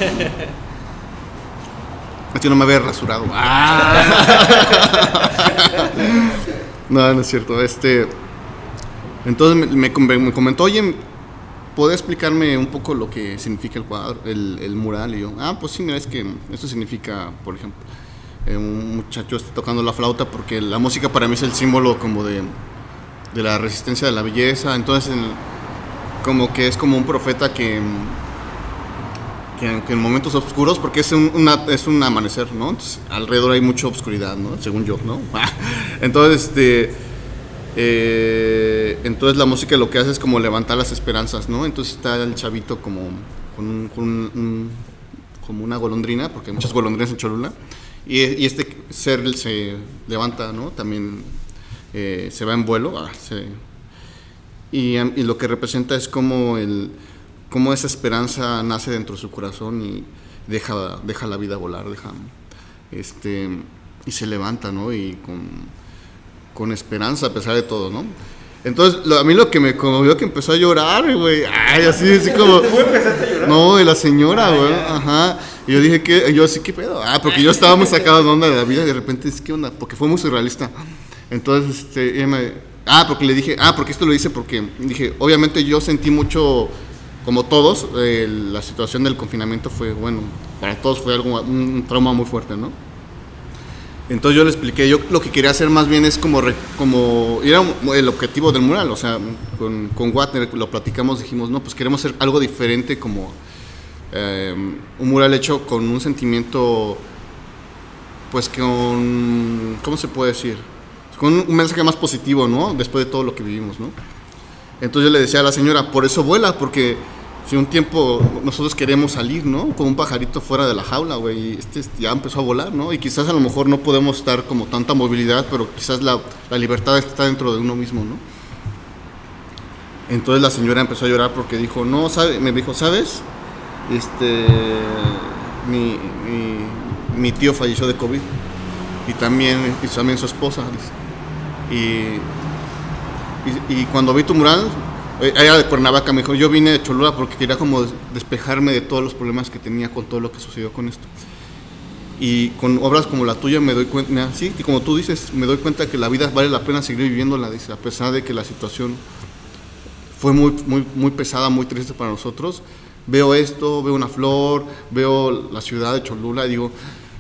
Es que no me había rasurado. Ah. No, no es cierto. Este, entonces me, me, me comentó, oye, ¿puede explicarme un poco lo que significa el cuadro, el, el mural? Y yo, ah, pues sí, mira, es que esto significa, por ejemplo, eh, un muchacho está tocando la flauta porque la música para mí es el símbolo como de, de la resistencia, de la belleza. Entonces, en, como que es como un profeta que, que, que en momentos oscuros, porque es un, una, es un amanecer, ¿no? Entonces, alrededor hay mucha oscuridad, ¿no? Según yo, ¿no? Entonces, este... Eh, entonces la música lo que hace es como levantar las esperanzas, ¿no? Entonces está el chavito como con, un, con un, un, como una golondrina, porque hay muchas golondrinas en Cholula, y, y este ser se levanta, ¿no? También eh, se va en vuelo, ah, se, y, y lo que representa es como, el, como esa esperanza nace dentro de su corazón y deja, deja la vida volar, deja, este, y se levanta, ¿no? Y con... con esperanza a pesar de todo, ¿no? Entonces, lo, a mí lo que me conmovió que empezó a llorar, güey. Ay, así, así como... ¿Tú empezaste a llorar? No, de la señora, güey. Ajá. Y yo dije, ¿qué? Yo así, ¿qué pedo? Ah, porque yo estaba muy sacado de onda de la vida y de repente, ¿qué onda? Porque fue muy surrealista. Entonces, este, ella me... Ah, porque le dije, ah, porque esto lo hice porque... Dije, obviamente yo sentí mucho, como todos, eh, la situación del confinamiento fue, bueno, para todos fue algo, un trauma muy fuerte, ¿no? Entonces yo le expliqué, yo lo que quería hacer más bien es como, como era el objetivo del mural, o sea, con, con Watner lo platicamos, dijimos, no, pues queremos hacer algo diferente, como eh, un mural hecho con un sentimiento, pues con, ¿cómo se puede decir? Con un mensaje más positivo, ¿no? Después de todo lo que vivimos, ¿no? Entonces yo le decía a la señora, por eso vuela, porque... Si un tiempo nosotros queremos salir, ¿no? Como un pajarito fuera de la jaula, güey, y este ya empezó a volar, ¿no? Y quizás a lo mejor no podemos estar como tanta movilidad, pero quizás la, la libertad está dentro de uno mismo, ¿no? Entonces la señora empezó a llorar porque dijo, no, ¿sabe? Me dijo, ¿sabes? Este, mi, mi, mi tío falleció de COVID y también, y también su esposa, dice. Y, y, y cuando vi tu mural... Ella de Cuernavaca me dijo, yo vine de Cholula porque quería como despejarme de todos los problemas que tenía con todo lo que sucedió con esto. Y con obras como la tuya me doy cuenta, sí, y como tú dices, me doy cuenta que la vida vale la pena seguir viviéndola, dice, a pesar de que la situación fue muy, muy, muy pesada, muy triste para nosotros. Veo esto, veo una flor, veo la ciudad de Cholula y digo,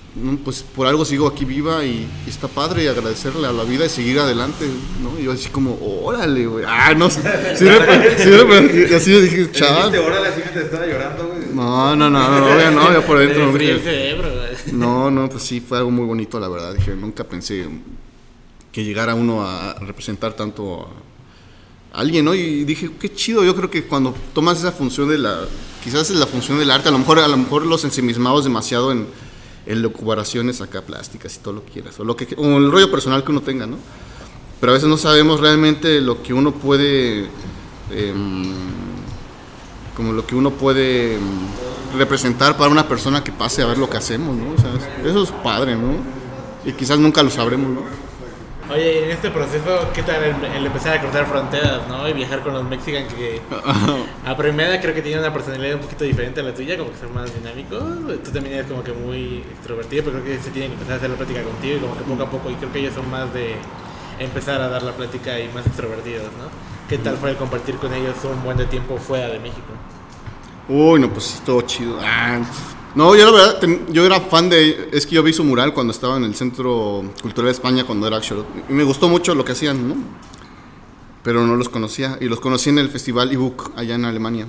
no, pues por algo sigo aquí viva y, y está padre y agradecerle a la vida y seguir adelante, ¿no? Y yo así como, órale, güey, ah, no sé, sí, sí, sí, y así yo dije, chaval. ¿Dijiste órale así que te estaba llorando, güey? No, no, no, no, no, ya no, ya por dentro. Te No, fríe el dije, cerebro, güey. no, no, pues sí, fue algo muy bonito, la verdad. Dije, nunca pensé que llegara uno a representar tanto a alguien, ¿no? Y dije, qué chido, yo creo que cuando tomas esa función de la, quizás es la función del arte, a lo mejor, a lo mejor los ensimismados demasiado en, en locuraciones acá plásticas y todo lo que quieras, o, lo que, o el rollo personal que uno tenga, ¿no? Pero a veces no sabemos realmente lo que uno puede, eh, como lo que uno puede representar para una persona que pase a ver lo que hacemos, ¿no? O sea, eso es padre, ¿no? Y quizás nunca lo sabremos, ¿no? Oye, en este proceso, ¿qué tal el, el empezar a cruzar fronteras, ¿no? Y viajar con los mexicanos que a primera creo que tienen una personalidad un poquito diferente a la tuya, como que son más dinámicos. Tú también eres como que muy extrovertido, pero creo que se tienen que empezar a hacer la plática contigo y como que poco a poco, y creo que ellos son más de empezar a dar la plática y más extrovertidos, ¿no? ¿Qué tal fue el compartir con ellos un buen de tiempo fuera de México? Uy, no, pues sí, todo chido. Ah, no, yo la verdad, ten, yo era fan de, es que yo vi su mural cuando estaba en el Centro Cultural de España, cuando era Axolot, y me gustó mucho lo que hacían, ¿no? Pero no los conocía, y los conocí en el Festival ebook allá en Alemania.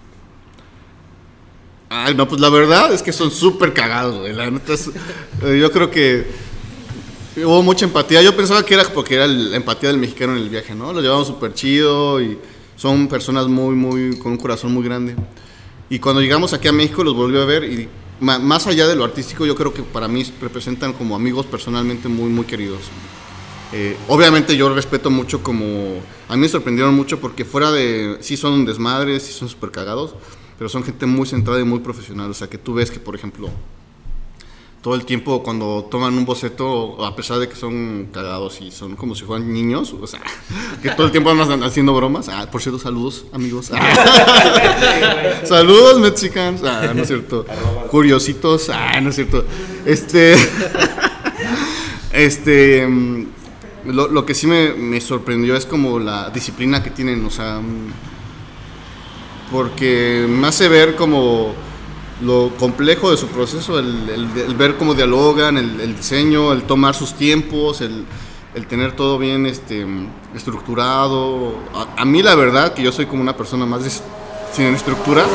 Ay, no, pues la verdad es que son súper cagados, güey, la neta es, eh, yo creo que hubo mucha empatía. Yo pensaba que era porque era la empatía del mexicano en el viaje, ¿no? Los llevamos súper chido y son personas muy, muy, con un corazón muy grande. Y cuando llegamos aquí a México los volví a ver y ma, más allá de lo artístico, yo creo que para mí representan como amigos personalmente muy, muy queridos. Eh, obviamente yo respeto mucho como... A mí me sorprendieron mucho porque fuera de... Sí son desmadres, sí son súper cagados, pero son gente muy centrada y muy profesional. O sea, que tú ves que, por ejemplo, todo el tiempo cuando toman un boceto, a pesar de que son cagados y son como si fueran niños, o sea, que todo el tiempo andan haciendo bromas. Ah, por cierto, saludos, amigos. Ah, saludos, mexicanos. Ah, no es cierto. Curiositos. Ah, no es cierto. Este... este... Lo, lo que sí me, me sorprendió es como la disciplina que tienen, o sea... Porque me hace ver como... lo complejo de su proceso, el, el, el ver cómo dialogan, el, el diseño, el tomar sus tiempos, el, el tener todo bien este, estructurado. A, a mí la verdad que yo soy como una persona más de, sin estructura,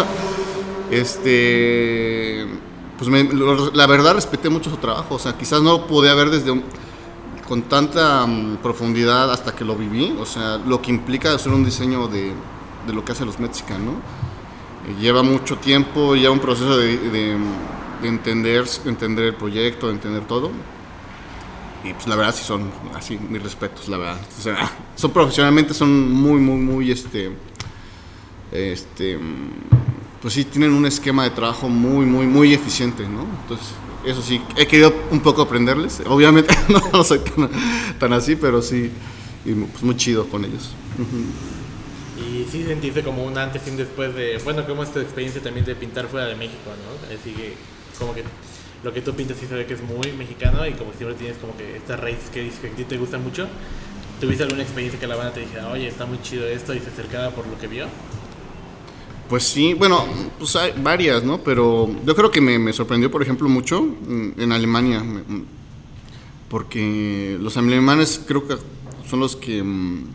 este, pues me, lo, la verdad respeté mucho su trabajo, o sea, quizás no podía ver desde un, con tanta um, profundidad hasta que lo viví, o sea, lo que implica hacer un diseño de, de lo que hacen los mexicanos, ¿no? Lleva mucho tiempo, lleva un proceso de, de, de entender, entender el proyecto, de entender todo. Y pues la verdad sí son así, mis respetos, la verdad. O sea, son profesionalmente, son muy, muy, muy, este, este, pues sí, tienen un esquema de trabajo muy, muy, muy eficiente, ¿no? Entonces, eso sí, he querido un poco aprenderles. Obviamente no, no soy tan, tan así, pero sí, y pues muy chido con ellos. Uh-huh. Y sí sentiste como un antes y un después de, bueno, ¿cómo es tu experiencia también de pintar fuera de México, no? Así que como que lo que tú pintas sí se ve que es muy mexicano y como siempre tienes como que estas raíces que dices que a ti te gustan mucho. ¿Tuviste alguna experiencia que la banda te dijera, oye, está muy chido esto y se acercaba por lo que vio? Pues sí, bueno, pues hay varias, ¿no? Pero yo creo que me, me sorprendió, por ejemplo, mucho en Alemania, porque los alemanes creo que son los que...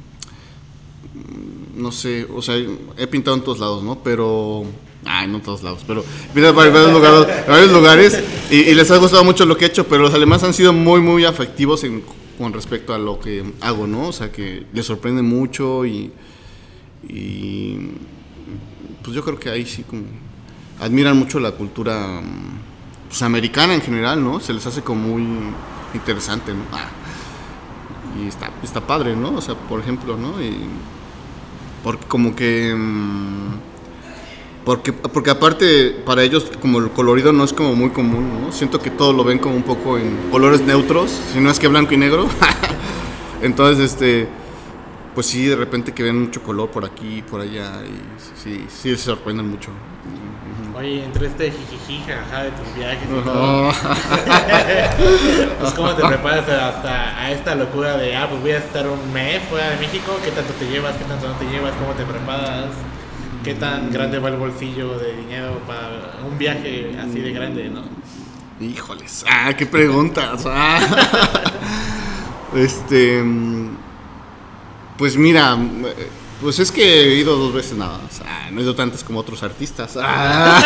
no sé, o sea, he pintado en todos lados, ¿no? Pero... Ay, no en todos lados, pero he pintado en varios lugares, varios lugares y, y les ha gustado mucho lo que he hecho, pero los alemanes han sido muy, muy afectivos en, con respecto a lo que hago, ¿no? O sea, que les sorprende mucho y... y pues yo creo que ahí sí como... admiran mucho la cultura pues, americana en general, ¿no? Se les hace como muy interesante, ¿no? Ah, y está, está padre, ¿no? O sea, por ejemplo, ¿no? Y... porque como que porque porque aparte para ellos como el colorido no es como muy común, ¿no? Siento que todo lo ven como un poco en colores neutros, si no es que blanco y negro. Entonces este pues sí, de repente que ven mucho color por aquí y por allá y sí sí se sorprenden mucho. Oye, entre este jijiji, jajaja de tus viajes y todo, pues ¿cómo te preparas hasta a esta locura de, ah, pues voy a estar un mes fuera de México? ¿Qué tanto te llevas? ¿Qué tanto no te llevas? ¿Cómo te preparas? ¿Qué tan grande va el bolsillo de dinero para un viaje así de grande, no? Híjoles, ah, qué preguntas. Ah. Este, pues mira, pues es que he ido dos veces nada más. Ah, no he ido tantas como otros artistas. Ah.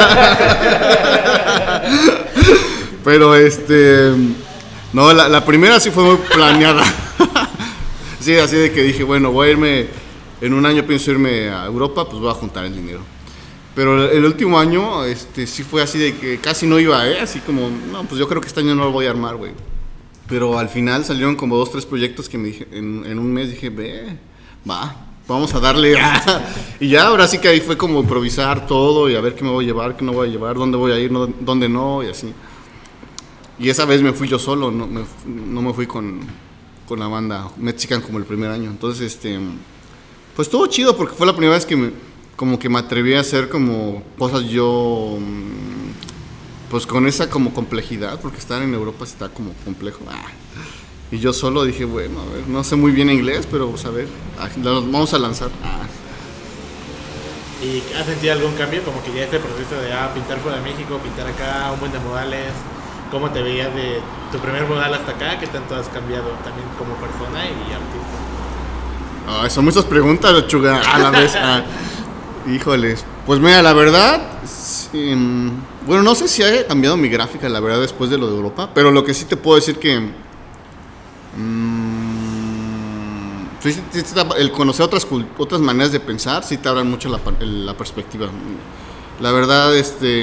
Pero este, no, la, la primera sí fue muy planeada. Sí, así de que dije, bueno, voy a irme, en un año pienso irme a Europa, pues voy a juntar el dinero. Pero el último año, este, sí fue así de que casi no iba, ¿eh? Así como, no, pues yo creo que este año no lo voy a armar, güey. Pero al final salieron como dos, tres proyectos que me dije, en, en un mes dije, ve, va, vamos a darle. Y ya, ahora sí que ahí fue como improvisar todo y a ver qué me voy a llevar, qué no voy a llevar, dónde voy a ir, no, dónde no, y así. Y esa vez me fui yo solo, no me, no me fui con, con la banda Mexican como el primer año. Entonces, este, pues estuvo chido porque fue la primera vez que me, como que me atreví a hacer como cosas yo, pues con esa como complejidad, porque estar en Europa está como complejo. Ah. Y yo solo dije, bueno, a ver, no sé muy bien inglés, pero pues a ver, vamos a lanzar. Ah. ¿Y has sentido algún cambio? Como que ya este proceso de ah, pintar fuera de México, pintar acá, un buen de modales. ¿Cómo te veías de tu primer modal hasta acá? ¿Qué tanto has cambiado también como persona y artista? Ah, son muchas preguntas, lechuga, a la vez. Ah. Híjoles, pues mira, la verdad, sí, bueno, no sé si haya cambiado mi gráfica, la verdad, después de lo de Europa, pero lo que sí te puedo decir que mmm, sí, sí, sí, el conocer otras, otras maneras de pensar, sí te abran mucho la, la perspectiva. La verdad, este,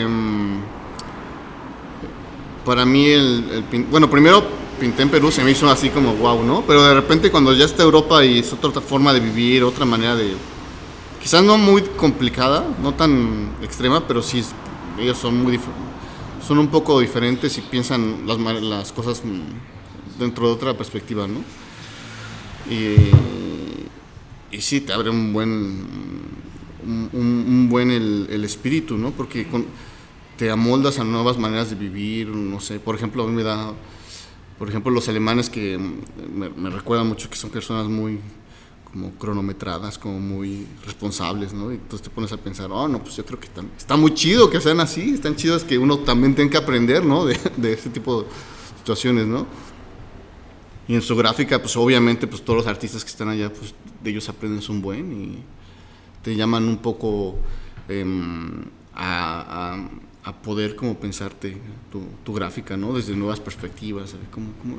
para mí, el, el, bueno, primero pinté en Perú, se me hizo así como wow, ¿no? Pero de repente cuando ya está Europa y es otra, otra forma de vivir, otra manera de... Quizás no muy complicada, no tan extrema, pero sí ellos son muy dif- son un poco diferentes y piensan las, las cosas dentro de otra perspectiva, ¿no? Y, y sí te abre un buen un, un buen el, el espíritu, ¿no? Porque con, te amoldas a nuevas maneras de vivir, no sé, por ejemplo, a mí me da, por ejemplo, los alemanes que me, me recuerdan mucho que son personas muy como cronometradas, como muy responsables, ¿no? Y entonces te pones a pensar, oh, no, pues yo creo que están, está muy chido que sean así, están chidos que uno también tenga que aprender, ¿no? De, de ese tipo de situaciones, ¿no? Y en su gráfica, pues obviamente, pues todos los artistas que están allá, pues de ellos aprendes un buen y te llaman un poco eh, a, a, a poder como pensarte tu, tu gráfica, ¿no? Desde nuevas perspectivas, ¿sabes? Como, como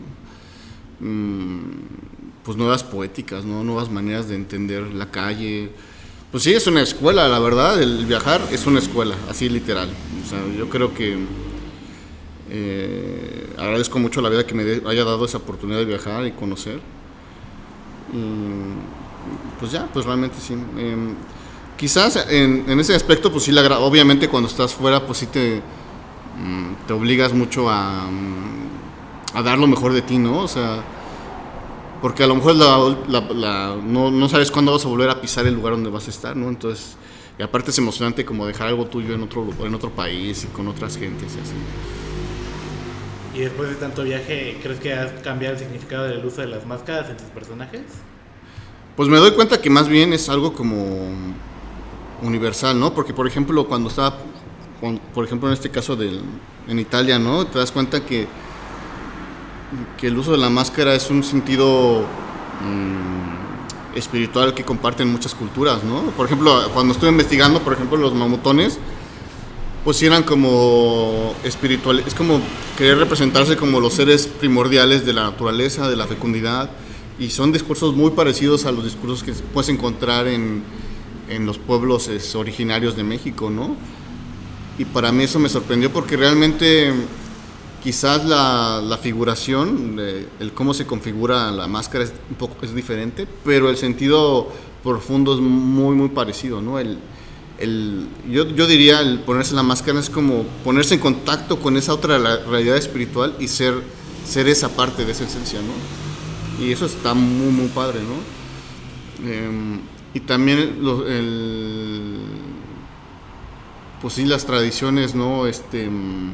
pues nuevas poéticas, ¿no? Nuevas maneras de entender la calle. Pues sí, es una escuela, la verdad, el viajar es una escuela, así literal. O sea, yo creo que eh, agradezco mucho a la vida que me de, haya dado esa oportunidad de viajar y conocer. Y pues ya, pues realmente sí. Eh, quizás en, en ese aspecto, pues sí, la, obviamente cuando estás fuera, pues sí te, te obligas mucho a... a dar lo mejor de ti, ¿no? O sea, porque a lo mejor la, la, la, no, no sabes cuándo vas a volver a pisar el lugar donde vas a estar, ¿no? Entonces, y aparte es emocionante como dejar algo tuyo en otro, en otro país y con otras gentes y así. ¿Y después de tanto viaje, crees que has cambiado el significado del uso de las máscaras en tus personajes? Pues me doy cuenta que más bien es algo como universal, ¿no? Porque, por ejemplo, cuando estaba, por ejemplo, en este caso del, en Italia, ¿no? Te das cuenta que que el uso de la máscara es un sentido mmm, espiritual que comparten muchas culturas, ¿no? Por ejemplo, cuando estuve investigando, por ejemplo, los mamutones, pues eran como espirituales, es como querer representarse como los seres primordiales de la naturaleza, de la fecundidad, y son discursos muy parecidos a los discursos que puedes encontrar en, en los pueblos es, originarios de México, ¿no? Y para mí eso me sorprendió porque realmente... Quizás la, la figuración, eh, el cómo se configura la máscara es un poco es diferente, pero el sentido profundo es muy, muy parecido, ¿no? El, el, yo, yo diría el ponerse la máscara es como ponerse en contacto con esa otra realidad espiritual y ser, ser esa parte de esa esencia, ¿no? Y eso está muy, muy padre, ¿no? Eh, y también lo, el, pues sí, las tradiciones, ¿no? Este...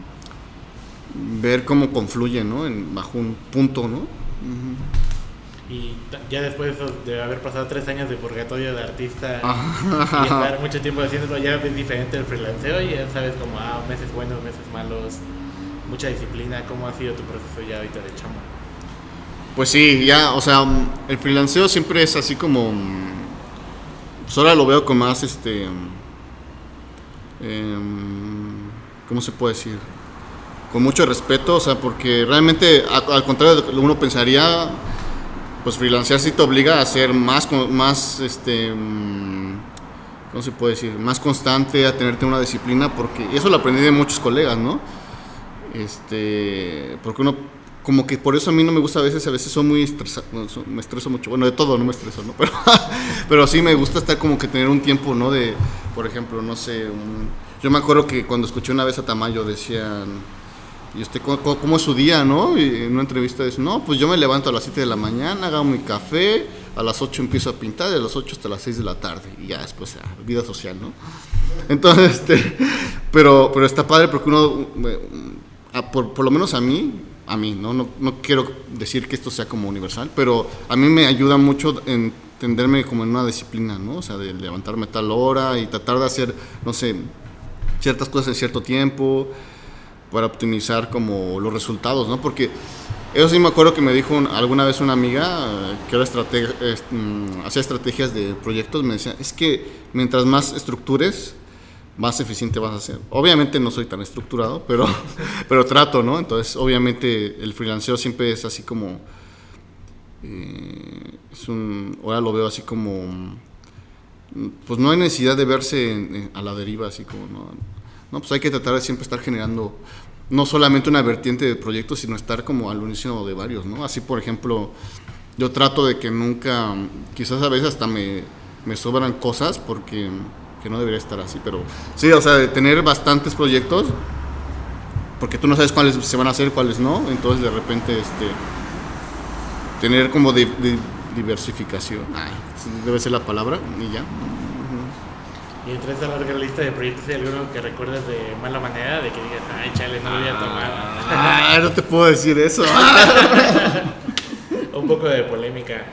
ver cómo confluyen, ¿no? En, bajo un punto, ¿no? Uh-huh. Y ya después de haber pasado tres años de purgatorio de artista y estar mucho tiempo haciéndolo, ya es diferente el freelanceo y ya sabes como, ah, meses buenos, meses malos. mucha disciplina. ¿Cómo ha sido tu proceso ya ahorita de chamba? Pues sí, ya, o sea, el freelanceo siempre es así como, pues ahora lo veo con más, este, eh, ¿cómo se puede decir? Con mucho respeto, o sea, porque realmente, a, al contrario de lo que uno pensaría, pues freelancear sí te obliga a ser más, más, este, ¿cómo se puede decir? Más constante, a tenerte una disciplina, porque, y eso lo aprendí de muchos colegas, ¿no? Este, porque uno, como que por eso a mí no me gusta a veces, a veces soy muy estresado, me estreso mucho, bueno, de todo no me estreso, ¿no? Pero, pero sí me gusta estar como que tener un tiempo, ¿no? De, por ejemplo, no sé, un, yo me acuerdo que cuando escuché una vez a Tamayo decían, ¿y usted cómo, cómo es su día, no? Y en una entrevista dice, no, pues yo me levanto a las siete de la mañana, hago mi café, a las ocho empiezo a pintar, de las ocho hasta las seis de la tarde, y ya después, ya, vida social, ¿no? Entonces, este, pero, pero está padre porque uno, por, por lo menos a mí, a mí, ¿no? No, no quiero decir que esto sea como universal, pero a mí me ayuda mucho en entenderme como en una disciplina, ¿no? O sea, de levantarme a tal hora y tratar de hacer, no sé, ciertas cosas en cierto tiempo para optimizar como los resultados, ¿no? Porque eso sí me acuerdo que me dijo un, alguna vez una amiga eh, que era estrateg eh, hacía estrategias de proyectos, me decía, es que mientras más estructures, más eficiente vas a ser. Obviamente no soy tan estructurado, pero, pero trato, ¿no? Entonces, obviamente el freelanceo siempre es así como, eh, es un, ahora lo veo así como, pues no hay necesidad de verse en, en, a la deriva, así como, no, no, pues hay que tratar de siempre estar generando no solamente una vertiente de proyectos, sino estar como al unísono de varios, ¿no? Así, por ejemplo, yo trato de que nunca, quizás a veces hasta me, me sobran cosas porque que no debería estar así, pero sí, o sea, de tener bastantes proyectos, porque tú no sabes cuáles se van a hacer, cuáles no, entonces de repente, este, tener como de, de diversificación, ay, debe ser la palabra, y ya. Y entre esa larga lista de proyectos, ¿hay alguno que recuerdes de mala manera? De que digas, ay, chale, no lo voy a tomar. Ah, no te puedo decir eso. Un poco de polémica.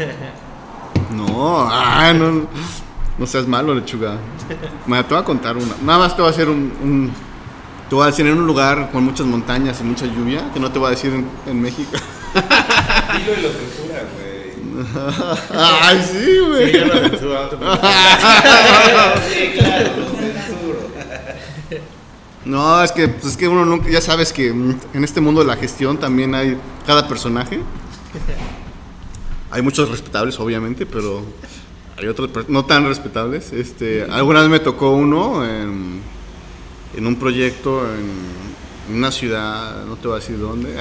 No, ah, no, no seas malo, lechuga. Me te voy a contar una. Nada más te voy a hacer un, un te voy a decir en un lugar con muchas montañas y mucha lluvia, que no te voy a decir en, en México. Dilo y lo censuras, güey. Ay, sí, güey. Sí, yo lo censuro, no te preocupes. Sí, claro, lo censuro. No, es que, pues es que uno nunca, ya sabes que en este mundo de la gestión también hay cada personaje. Hay muchos respetables, obviamente, pero hay otros no tan respetables. Este, alguna vez me tocó uno en, en un proyecto en, en una ciudad, no te voy a decir dónde.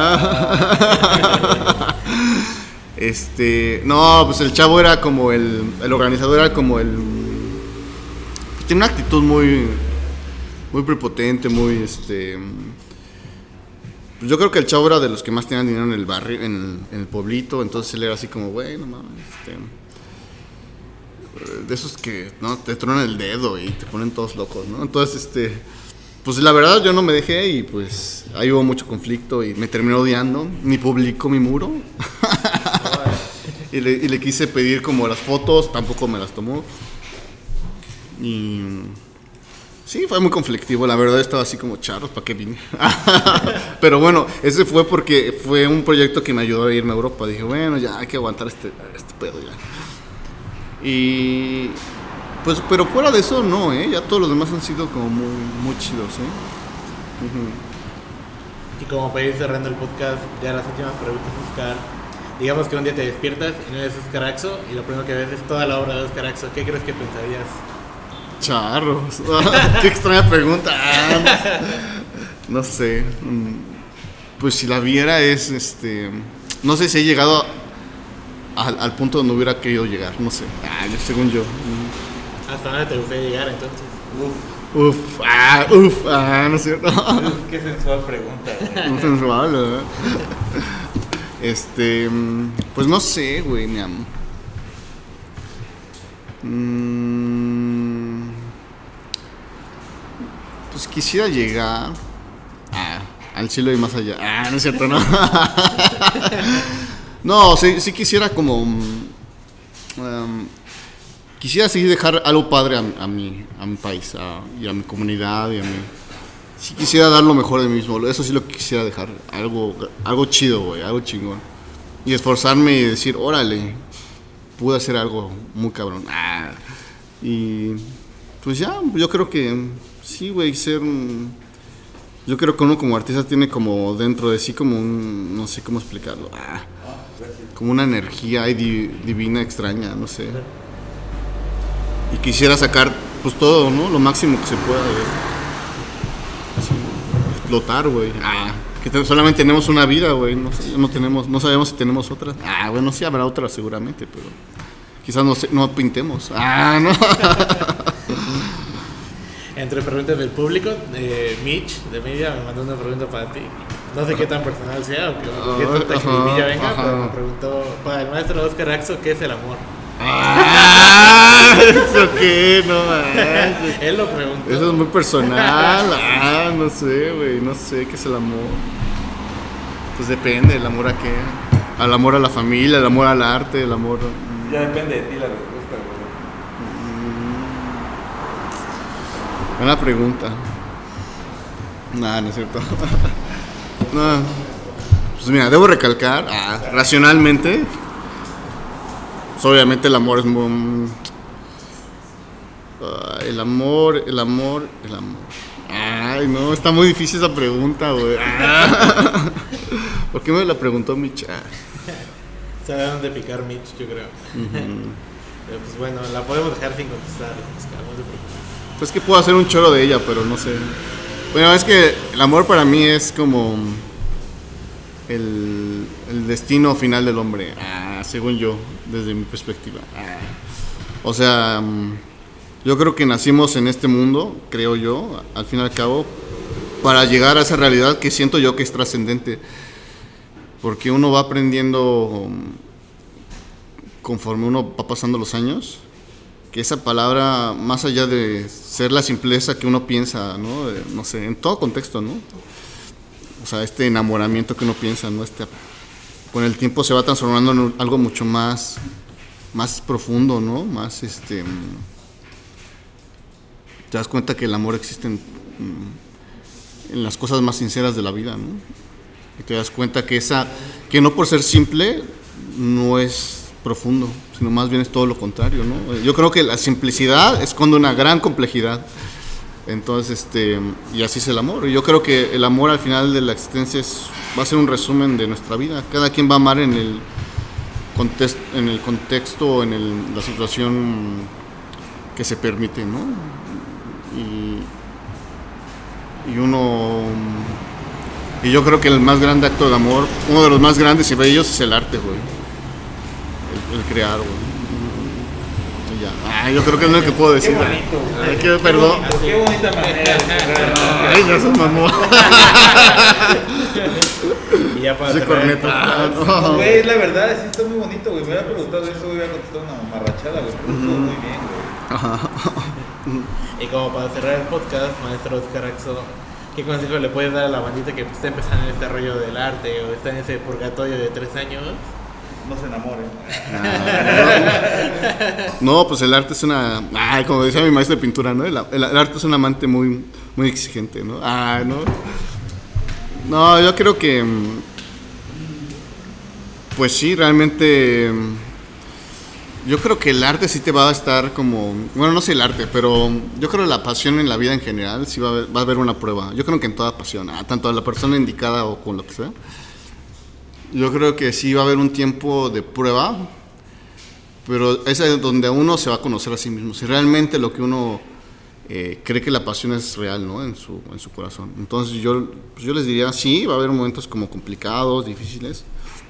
Ah. Este, no, pues el chavo era como el, el organizador era como el, tiene una actitud muy, muy prepotente, muy, este, pues yo creo que el chavo era de los que más tenían dinero en el barrio, en el, en el pueblito, entonces él era así como, güey, no mames, este, de esos que, no, te tronan el dedo y te ponen todos locos, ¿no? Entonces, este, pues la verdad yo no me dejé y pues ahí hubo mucho conflicto y me terminó odiando, ni publicó mi muro. Y le, y le quise pedir como las fotos, tampoco me las tomó. Y sí, fue muy conflictivo, la verdad estaba así como charros, ¿para qué vine? Pero bueno, ese fue porque fue un proyecto que me ayudó a irme a Europa. Dije, bueno, ya hay que aguantar este, este pedo ya. Y pues, pero fuera de eso, no, ¿eh? Ya todos los demás han sido como muy, muy chidos, ¿eh? Uh-huh. Y como para ir cerrando el podcast, ya las últimas preguntas, Oscar. Digamos que un día te despiertas y no eres Oscar Axo y lo primero que ves es toda la obra de Oscar Axo. ¿Qué crees que pensarías? Charros. Qué extraña pregunta. No sé. Pues si la viera es, este, no sé si he llegado a, al punto donde hubiera querido llegar. No sé. Ah, según yo. ¿Hasta dónde te gustaría llegar entonces? Uf. Uf. Ah, uf. Ah, no sé. No. Qué sensual pregunta, güey. No sensual, ¿verdad? Este, pues no sé, güey, mi amo. Mm, pues quisiera llegar ah, al cielo y más allá. Ah, no es cierto, no. No, sí, sí quisiera como um, quisiera seguir dejar algo padre a, a mi, a mi país a, y a mi comunidad y a mi, sí quisiera dar lo mejor de mí mismo, eso sí lo quisiera dejar, algo, algo chido, güey, algo chingón. Y esforzarme y decir, órale, pude hacer algo muy cabrón. Ah, y pues ya, yo creo que sí, güey, ser... Yo creo que uno como artista tiene como dentro de sí como un... No sé cómo explicarlo. Ah, como una energía ahí di, divina, extraña, no sé. Y quisiera sacar pues todo, ¿no? Lo máximo que se pueda, güey. Así, explotar, güey. Ah, que te, solamente tenemos una vida, güey. No, no tenemos, no sabemos si tenemos otra. Ah, bueno, sí habrá otra seguramente, pero quizás no, no pintemos. Ah, no. Entre preguntas del público, eh, Mitch de Media me mandó una pregunta para ti. No sé qué tan personal sea o qué tanta jiribilla venga, ajá. pero me preguntó para el maestro Oscar Axo, ¿qué es el amor? Ah, ¿eso qué? No manches. Él lo preguntó. Eso es muy personal. Ah, no sé, güey. No sé qué es el amor. Pues depende, el amor a qué. Al amor a la familia, el amor al arte, el amor. Ya depende de ti la respuesta, güey. Buena pregunta. Nah, no es cierto. No. Pues mira, debo recalcar, ah, racionalmente. Pues obviamente el amor es muy. Uh, el amor, el amor, el amor. Ay, no, está muy difícil esa pregunta, güey. Ah. ¿Por qué me la preguntó Mitch? Ah. Sabe dónde picar Mitch, yo creo. Uh-huh. Pero pues bueno, la podemos dejar sin contestar. No te preocupes. Pues que puedo hacer un choro de ella, pero no sé. Bueno, es que el amor para mí es como el, el destino final del hombre, ah, según yo, desde mi perspectiva. Ah. O sea, yo creo que nacimos en este mundo, creo yo, al fin y al cabo, para llegar a esa realidad que siento yo que es trascendente. Porque uno va aprendiendo conforme uno va pasando los años, que esa palabra, más allá de ser la simpleza que uno piensa, ¿no? De, no sé, en todo contexto, ¿no? O sea, este enamoramiento que uno piensa, ¿no? Este, con el tiempo se va transformando en algo mucho más, más profundo, ¿no? Más, este... Te das cuenta que el amor existe en, en las cosas más sinceras de la vida, ¿no? Y te das cuenta que esa, que no por ser simple, no es profundo, sino más bien es todo lo contrario, ¿no? Yo creo que la simplicidad esconde una gran complejidad. Entonces, este, y así es el amor. Yo creo que el amor al final de la existencia es, va a ser un resumen de nuestra vida. Cada quien va a amar en el contexto, en el contexto, en el, la situación que se permite, ¿no? Y, y uno, y yo creo que el más grande acto de amor, uno de los más grandes y bellos es el arte, güey. El, el crear, güey. Ya. Ah, yo creo que es lo que puedo decir. Qué bonito, Ay, qué, perdón. Qué bonita manera. Ay, ya se mamó. Y ya para Ese cerrar el corneto. podcast, Ah, no. Güey, la verdad, sí está muy bonito, güey. Me hubiera preguntado eso, güey, hubiera contestado una marrachada, güey. Pero estuvo muy bien, güey. Y como para cerrar el podcast, maestro Oscar Axo, ¿qué consejo le puedes dar a la bandita que está empezando en este rollo del arte o está en ese purgatorio de tres años? No se enamoren. No, pues el arte es una... Ay, como decía mi maestro de pintura, ¿no? El, el, el arte es un amante muy, muy exigente, ¿no? Ah, ¿no? No, yo creo que... Pues sí, realmente... Yo creo que el arte sí te va a estar como... Bueno, no sé el arte, pero yo creo que la pasión en la vida en general sí va a haber, va a haber una prueba. Yo creo que en toda pasión, ah, tanto a la persona indicada o con lo que sea. Yo creo que sí va a haber un tiempo de prueba, pero es donde uno se va a conocer a sí mismo. Si realmente lo que uno eh, cree que la pasión es real, ¿no? En su, en su corazón. Entonces yo, pues yo les diría, sí, va a haber momentos como complicados, difíciles.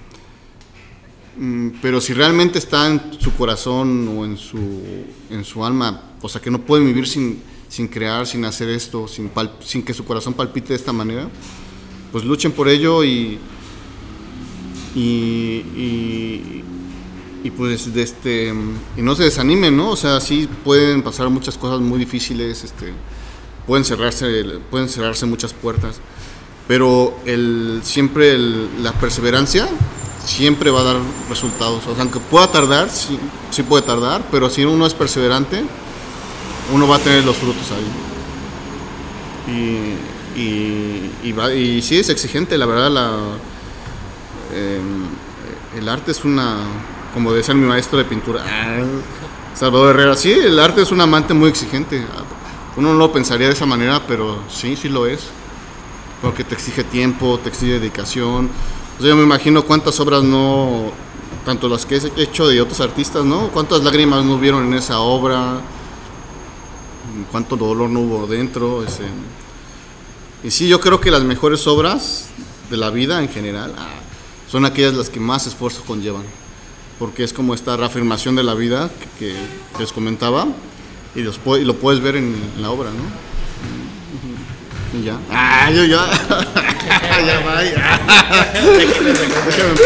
Mm, pero si realmente está en su corazón o en su, en su alma, o sea, que no pueden vivir sin, sin crear, sin hacer esto, sin, pal, sin que su corazón palpite de esta manera, pues luchen por ello y... Y, y, y pues de este y no se desanimen, ¿no? O sea, sí pueden pasar muchas cosas muy difíciles, este, pueden cerrarse, pueden cerrarse muchas puertas, pero el, siempre el, la perseverancia siempre va a dar resultados. O sea, aunque pueda tardar, sí, sí puede tardar, pero si uno es perseverante, uno va a tener los frutos ahí. Y, y, y, va, y sí es exigente, la verdad. La, eh, el arte es una, como decía mi maestro de pintura, Salvador Herrera, sí, el arte es un amante muy exigente. Uno no lo pensaría de esa manera, pero sí, sí lo es. Porque te exige tiempo, te exige dedicación. O sea, yo me imagino cuántas obras no, tanto las que he hecho de otros artistas, ¿no? Cuántas lágrimas no hubieron en esa obra, cuánto dolor no hubo dentro. Ese. Y sí, yo creo que las mejores obras de la vida en general ah, son aquellas las que más esfuerzo conllevan. Porque es como esta reafirmación de la vida que, que, que les comentaba y, los, y lo puedes ver en, en la obra, ¿no? Y ya. Ah, yo ya. Ya va. Déjame.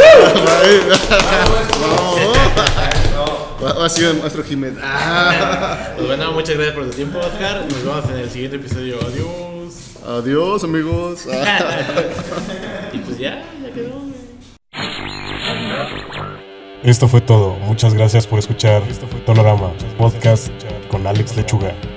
Vamos. Ha sido el maestro Jiménez. Pues bueno, muchas gracias por tu tiempo, Oscar. Nos vemos en el siguiente episodio. Adiós. Adiós, amigos. Y pues ya, ya quedó. Esto fue todo. Muchas gracias por escuchar Tonorama Podcast con Alex Lechuga.